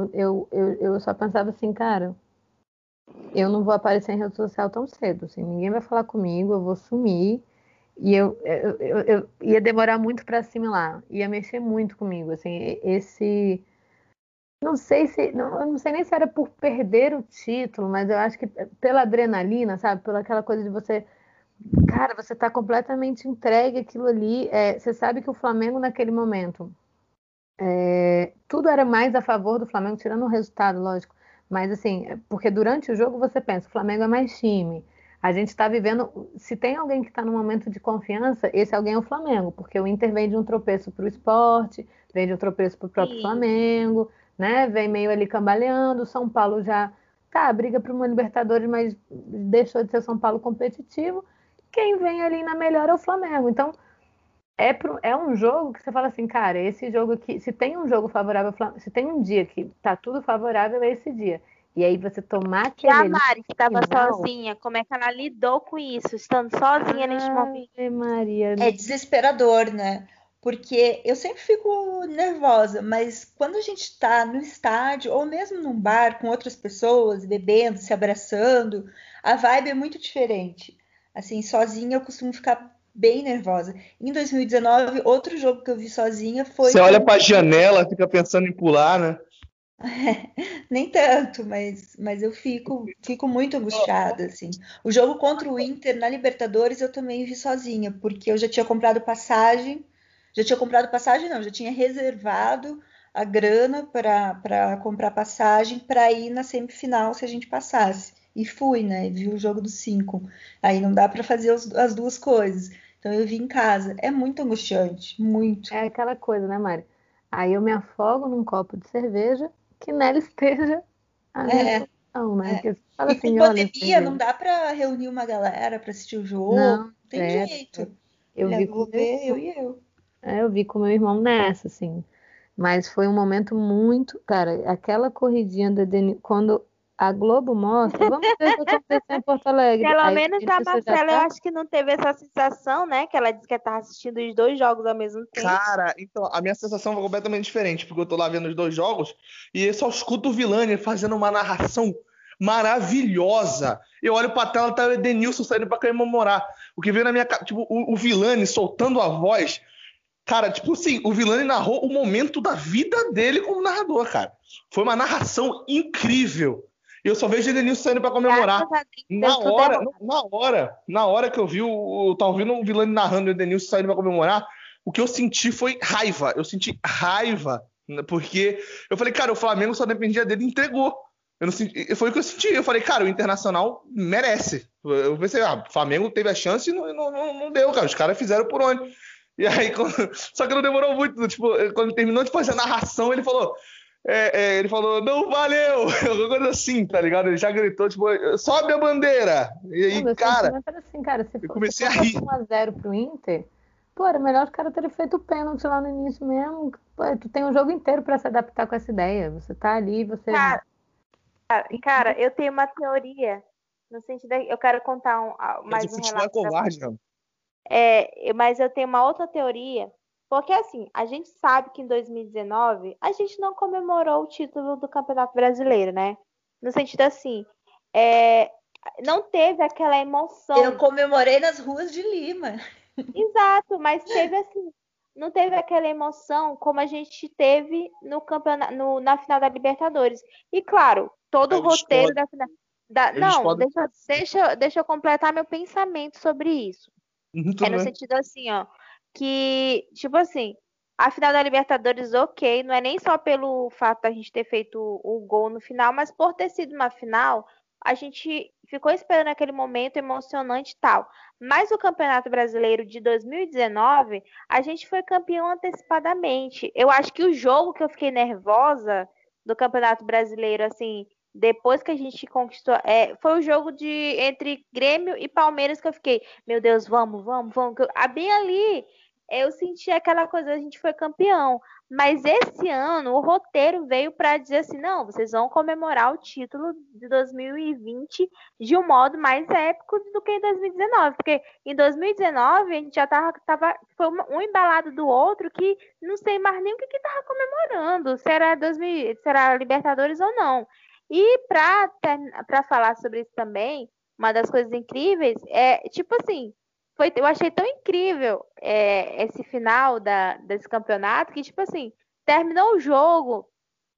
eu só pensava assim, cara, eu não vou aparecer em rede social tão cedo, assim, ninguém vai falar comigo, eu vou sumir, e eu ia demorar muito para assimilar, ia mexer muito comigo, assim, eu não sei nem se era por perder o título, mas eu acho que pela adrenalina, sabe, pela aquela coisa de você, cara, você tá completamente entregue àquilo ali, você sabe que o Flamengo naquele momento, tudo era mais a favor do Flamengo, tirando o resultado, lógico. Mas assim, porque durante o jogo você pensa, o Flamengo é mais time. A gente está vivendo. Se tem alguém que está num momento de confiança, esse alguém é o Flamengo, porque o Inter vem de um tropeço para o Sport, vem de um tropeço para o próprio Flamengo, né? Vem meio ali cambaleando. O São Paulo já briga para uma Libertadores, mas deixou de ser São Paulo competitivo. Quem vem ali na melhor é o Flamengo. Então, é um jogo que você fala assim, cara, esse jogo aqui, se tem um jogo favorável, se tem um dia que tá tudo favorável, é esse dia. E aí você tomar aquele... E a Mari, que tava sozinha, como é que ela lidou com isso, estando sozinha neste momento? Maria. É desesperador, né? Porque eu sempre fico nervosa, mas quando a gente tá no estádio, ou mesmo num bar com outras pessoas, bebendo, se abraçando, a vibe é muito diferente. Assim, sozinha eu costumo ficar bem nervosa. Em 2019, outro jogo que eu vi sozinha foi... Você olha pra janela, fica pensando em pular, né? Nem tanto, mas eu fico muito angustiada, assim. O jogo contra o Inter na Libertadores eu também vi sozinha, porque eu já tinha comprado passagem, não, já tinha reservado a grana para comprar passagem para ir na semifinal se a gente passasse. E fui, né? Vi o jogo dos 5. Aí não dá para fazer as duas coisas. Então eu vi em casa. É muito angustiante, muito. É aquela coisa, né, Mari? Aí eu me afogo num copo de cerveja que nela esteja a minha solução, né? Porque você fala assim, com pandemia não dá para reunir uma galera para assistir o jogo. Não tem jeito. Eu vi com eu vi com meu irmão nessa, assim. Mas foi um momento muito... Cara, aquela corridinha da Denise... Quando a Globo mostra... Vamos ver o que aconteceu em Porto Alegre. Pelo menos a Marcela, eu acho que não teve essa sensação, né? Que ela disse que estava assistindo os 2 jogos ao mesmo tempo. Cara, então, a minha sensação foi completamente diferente, porque eu tô lá vendo os 2 jogos e eu só escuto o Vilani fazendo uma narração maravilhosa. Eu olho pra tela, tá o Edenilson saindo pra comemorar. O que veio na minha cara, tipo, o Vilani soltando a voz... Cara, tipo assim, o Villani narrou o momento da vida dele como narrador, cara. Foi uma narração incrível. E eu só vejo o Edenilson saindo pra comemorar. Na hora que eu vi tava ouvindo o Villani narrando e o Edenilson saindo pra comemorar, o que eu senti foi raiva. Eu senti raiva, porque eu falei, cara, o Flamengo só dependia dele e entregou. Foi o que eu senti. Eu falei, cara, o Internacional merece. Eu pensei, o Flamengo teve a chance e não deu, cara. Os caras fizeram por onde. E aí, só que não demorou muito. Tipo, quando terminou de fazer a narração, ele falou, não valeu, alguma coisa assim, tá ligado? Ele já gritou, tipo, sobe a bandeira. E aí, cara, assim, cara, se eu comecei a rir. 1-0 pro Inter, pô, era melhor os caras terem feito o pênalti lá no início mesmo. Pô, tu tem um jogo inteiro pra se adaptar com essa ideia. Você tá ali, você... Cara, eu tenho uma teoria, no sentido de, eu quero contar mais um relato. É covarde, não. Mas eu tenho uma outra teoria, porque assim, a gente sabe que em 2019 a gente não comemorou o título do Campeonato Brasileiro, né? No sentido assim, não teve aquela emoção. Eu comemorei nas ruas de Lima. Exato, mas teve assim, não teve aquela emoção como a gente teve no campeonato, na final da Libertadores. E claro, todo o roteiro da final. Deixa eu completar meu pensamento sobre isso. No sentido assim, ó, que, tipo assim, a final da Libertadores, ok, não é nem só pelo fato da gente ter feito o gol no final, mas por ter sido uma final, a gente ficou esperando aquele momento emocionante e tal. Mas o Campeonato Brasileiro de 2019, a gente foi campeão antecipadamente. Eu acho que o jogo que eu fiquei nervosa do Campeonato Brasileiro, assim, depois que a gente conquistou, foi o jogo entre Grêmio e Palmeiras que eu fiquei, meu Deus, vamos. Bem ali, eu senti aquela coisa, a gente foi campeão. Mas esse ano, o roteiro veio para dizer assim, não, vocês vão comemorar o título de 2020 de um modo mais épico do que em 2019. Porque em 2019, a gente já foi um embalado do outro que não sei mais nem o que tava comemorando, se era Libertadores ou não. E para falar sobre isso também, uma das coisas incríveis tipo assim, eu achei tão incrível esse final desse campeonato que, tipo assim, terminou o jogo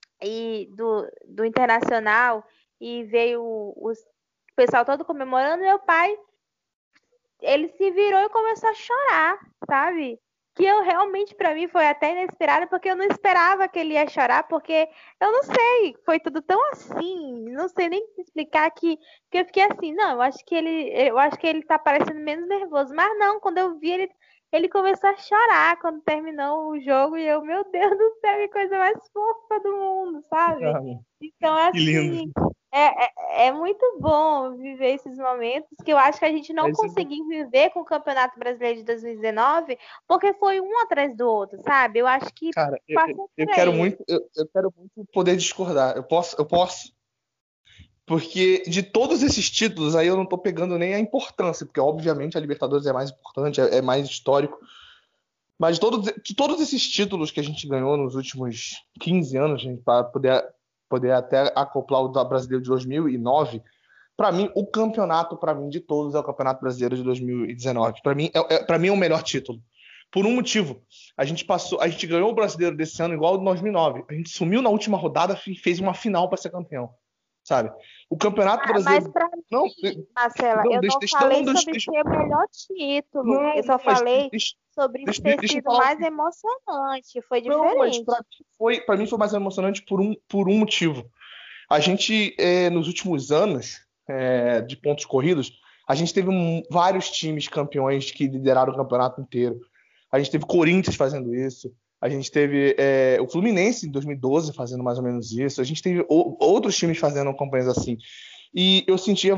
do Internacional e veio o pessoal todo comemorando, meu pai, ele se virou e começou a chorar, sabe? Que eu realmente, pra mim, foi até inesperado, porque eu não esperava que ele ia chorar, porque eu não sei, foi tudo tão assim, não sei nem explicar que eu fiquei assim, não, eu acho que ele tá parecendo menos nervoso, mas não, quando eu vi ele começou a chorar quando terminou o jogo, e eu, meu Deus do céu, que coisa mais fofa do mundo, sabe? Então, assim, é muito bom viver esses momentos que eu acho que a gente não conseguiu viver com o Campeonato Brasileiro de 2019, porque foi um atrás do outro, sabe? Eu acho que cara, eu quero muito poder discordar. Eu posso, porque de todos esses títulos aí eu não tô pegando nem a importância, porque obviamente a Libertadores é mais importante, é mais histórico. Mas de todos esses títulos que a gente ganhou nos últimos 15 anos, gente, para poder até acoplar o brasileiro de 2009, para mim, o campeonato de todos é o Campeonato Brasileiro de 2019. Para mim, é o melhor título. Por um motivo. A gente ganhou o brasileiro desse ano igual ao de 2009. A gente sumiu na última rodada e fez uma final para ser campeão. Sabe? O Campeonato Brasileiro... Mas pra mim, Marcela, eu não falei sobre ser o melhor título. Eu só falei sobre ter sido mais emocionante. Foi diferente. Pra mim foi mais emocionante por um motivo. A gente, nos últimos anos de pontos corridos, a gente teve vários times campeões que lideraram o campeonato inteiro. A gente teve Corinthians fazendo isso. A gente teve o Fluminense em 2012 fazendo mais ou menos isso. A gente teve outros times fazendo campanhas assim. E eu sentia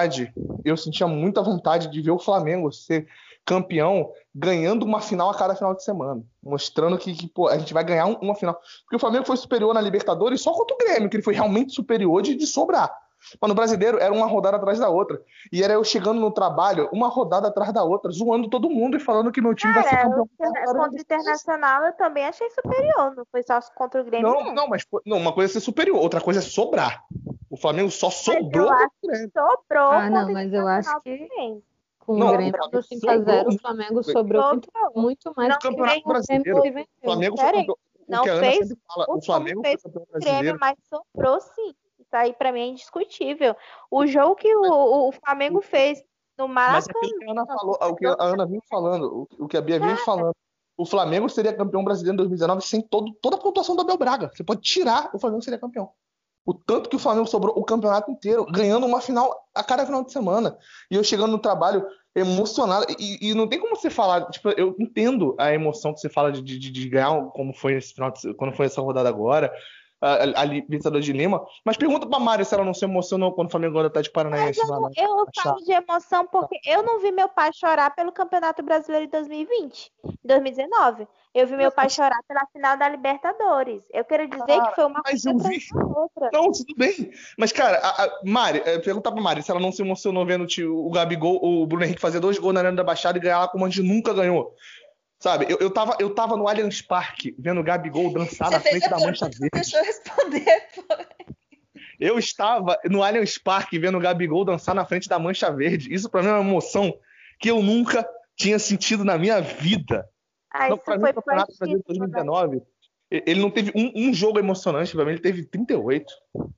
muita vontade de ver o Flamengo ser campeão ganhando uma final a cada final de semana. Mostrando que pô, a gente vai ganhar uma final. Porque o Flamengo foi superior na Libertadores só contra o Grêmio, que ele foi realmente superior de sobrar. Mas no Brasileiro era uma rodada atrás da outra. E era eu chegando no trabalho, uma rodada atrás da outra, zoando todo mundo e falando que meu time vai ser campeão. Contra o Internacional eu também achei superior, não foi só contra o Grêmio. Não, uma coisa é ser superior, outra coisa é sobrar. O Flamengo só sobrou. Sobrou. Não, mas eu acho que Com o Grêmio no 5x0, o Flamengo sobrou muito mais no Campeonato Brasileiro. O Flamengo foi campeão. Não fez o Flamengo foi campeão brasileiro. Mas sobrou sim. Isso aí pra mim é indiscutível. O jogo que o Flamengo fez no Maracanã. Mas aquilo que a Ana falou, o que a Ana vinha falando, o que a Bia vinha falando. O Flamengo seria campeão brasileiro em 2019 sem toda a pontuação do Abel Braga. Você pode tirar, o Flamengo seria campeão. O tanto que o Flamengo sobrou o campeonato inteiro, ganhando uma final a cada final de semana. E eu chegando no trabalho emocionado. E não tem como você falar. Tipo, eu entendo a emoção que você fala de ganhar, como foi esse final quando foi essa rodada agora, a Libertadores de Lima. Mas pergunta pra Mari se ela não se emocionou quando o Flamengo ganhou o Atlético Paranaense. Eu falo de emoção porque eu não vi meu pai chorar pelo Campeonato Brasileiro de 2019. Eu vi meu pai chorar pela final da Libertadores. Eu quero dizer que foi uma coisa atrás da outra. Não, tudo bem. Mas, cara, Mari, perguntar pra Mari se ela não se emocionou vendo o Gabigol, o Bruno Henrique fazer 2 gols na Arena da Baixada e ganhar lá como a gente nunca ganhou. Sabe, eu tava no Allianz Parque vendo o Gabigol dançar na frente da Mancha Verde. Deixa eu responder, pô. Eu estava no Allianz Parque vendo o Gabigol dançar na frente da Mancha Verde. Isso pra mim é uma emoção que eu nunca tinha sentido na minha vida. Não, pra mim, o Campeonato Brasileiro de 2019, ele não teve um jogo emocionante. Pra mim, ele teve 38.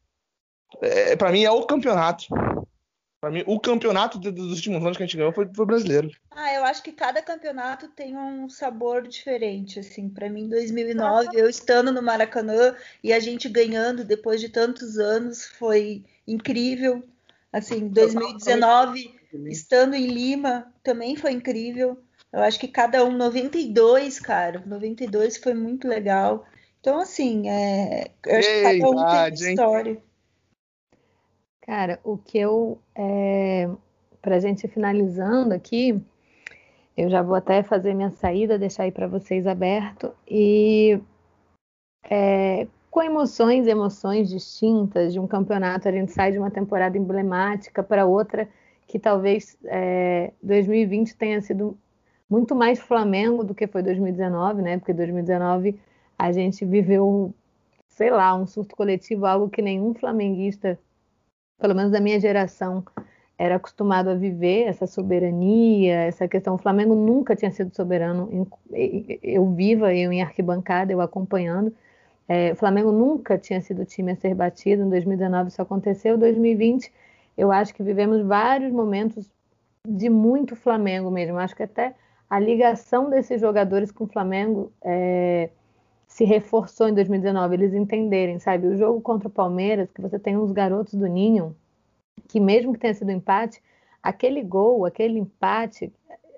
Pra mim, é o campeonato. Pra mim, o campeonato dos últimos anos que a gente ganhou foi brasileiro. Eu acho que cada campeonato tem um sabor diferente, assim. Pra mim, 2009, eu estando no Maracanã e a gente ganhando depois de tantos anos, foi incrível. Assim, 2019, estando em Lima, também foi incrível. Eu acho que cada 92, cara, 92 foi muito legal. Então, assim, eu acho que cada um tem uma história. Cara, o que pra gente ir finalizando aqui, eu já vou até fazer minha saída, deixar aí para vocês aberto, e com emoções distintas de um campeonato, a gente sai de uma temporada emblemática para outra, que talvez 2020 tenha sido muito mais Flamengo do que foi 2019, né? Porque 2019 a gente viveu, sei lá, um surto coletivo, algo que nenhum flamenguista, pelo menos da minha geração, era acostumado a viver, essa soberania, essa questão. O Flamengo nunca tinha sido soberano, eu em arquibancada, eu acompanhando. O Flamengo nunca tinha sido o time a ser batido, em 2019 isso aconteceu, em 2020 eu acho que vivemos vários momentos de muito Flamengo mesmo, acho que até a ligação desses jogadores com o Flamengo se reforçou em 2019, eles entenderem, sabe? O jogo contra o Palmeiras, que você tem uns garotos do Ninho, que mesmo que tenha sido empate, aquele gol, aquele empate,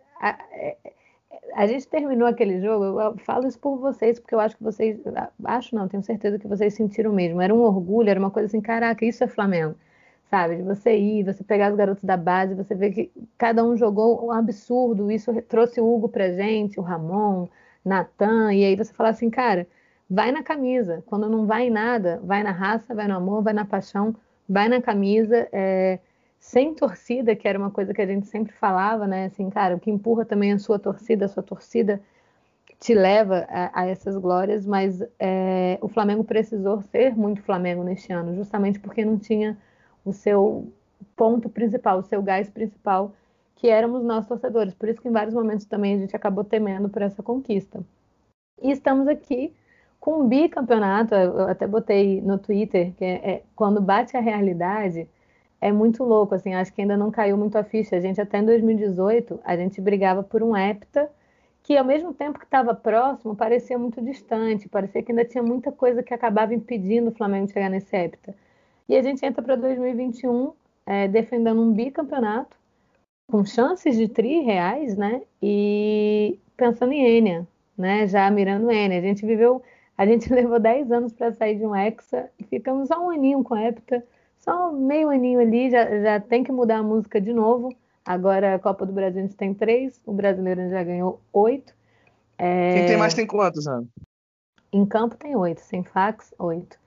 a gente terminou aquele jogo, eu falo isso por vocês, porque eu acho que vocês, tenho certeza que vocês sentiram mesmo, era um orgulho, era uma coisa assim, caraca, isso é Flamengo, sabe, de você ir, você pegar os garotos da base, você ver que cada um jogou um absurdo, isso trouxe o Hugo pra gente, o Ramon, Natan, e aí você fala assim, cara, vai na camisa, quando não vai em nada, vai na raça, vai no amor, vai na paixão, vai na camisa, sem torcida, que era uma coisa que a gente sempre falava, né, assim, cara, o que empurra também é a sua torcida te leva a essas glórias, mas o Flamengo precisou ser muito Flamengo neste ano, justamente porque não tinha o seu ponto principal, o seu gás principal, que éramos nós torcedores. Por isso que em vários momentos também a gente acabou temendo por essa conquista. E estamos aqui com um bicampeonato, eu até botei no Twitter, que quando bate a realidade, é muito louco, assim, acho que ainda não caiu muito a ficha. A gente até em 2018, a gente brigava por um hepta, que ao mesmo tempo que estava próximo, parecia muito distante, parecia que ainda tinha muita coisa que acabava impedindo o Flamengo de chegar nesse hepta. E a gente entra para 2021 defendendo um bicampeonato, com chances de tri reais, né? E pensando em Enia, né? Já mirando Enia. A gente levou 10 anos para sair de um hexa e ficamos só um aninho com hepta, só meio aninho ali, já tem que mudar a música de novo. Agora a Copa do Brasil a gente tem 3, o brasileiro já ganhou 8. Quem tem mais tem quantos, Ana? Em campo tem 8, sem fax, 8.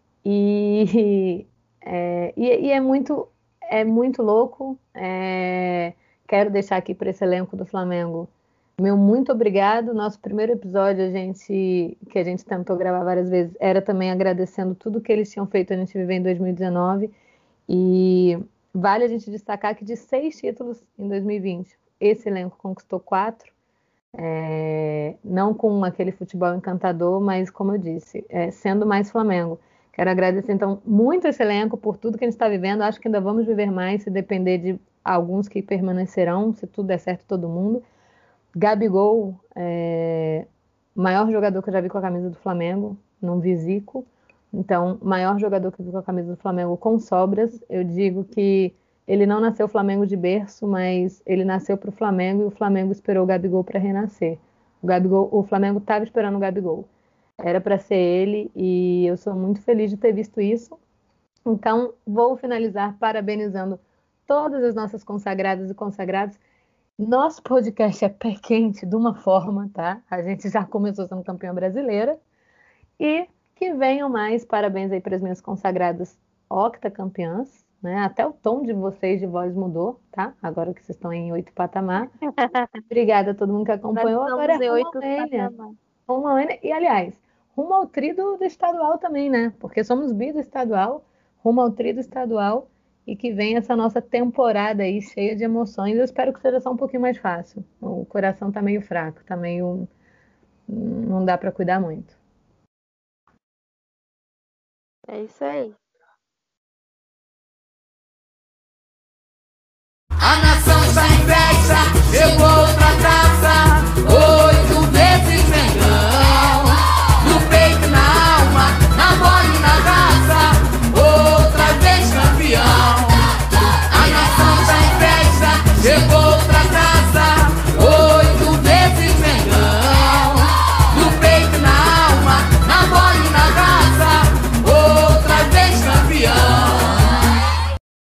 E é muito louco. Quero deixar aqui para esse elenco do Flamengo meu muito obrigado. Nosso primeiro episódio que a gente tentou gravar várias vezes era também agradecendo tudo que eles tinham feito a gente viver em 2019, e vale a gente destacar que de 6 títulos em 2020, esse elenco conquistou 4. Não com aquele futebol encantador, mas como eu disse, sendo mais Flamengo. Quero agradecer então muito esse elenco por tudo que a gente está vivendo. Acho que ainda vamos viver mais se depender de alguns que permanecerão, se tudo der certo todo mundo. Gabigol, maior jogador que eu já vi com a camisa do Flamengo, não vi Zico. Então, maior jogador que eu vi com a camisa do Flamengo com sobras. Eu digo que ele não nasceu Flamengo de berço, mas ele nasceu para o Flamengo e o Flamengo esperou o Gabigol para renascer. O Flamengo estava esperando o Gabigol. Era para ser ele e eu sou muito feliz de ter visto isso. Então, vou finalizar parabenizando todas as nossas consagradas e consagrados. Nosso podcast é pé quente de uma forma, tá? A gente já começou sendo campeã brasileira. E que venham mais. Parabéns aí para as minhas consagradas octacampeãs. Né? Até o tom de vocês de voz mudou, tá? Agora que vocês estão em 8 patamar. Obrigada a todo mundo que acompanhou. Agora é rumo ao N. E, aliás, rumo ao tri do estadual também, né? Porque somos bi do estadual, rumo ao tri do estadual. E que venha essa nossa temporada aí cheia de emoções. Eu espero que seja só um pouquinho mais fácil. O coração tá meio fraco, tá meio... Não dá para cuidar muito. É isso aí.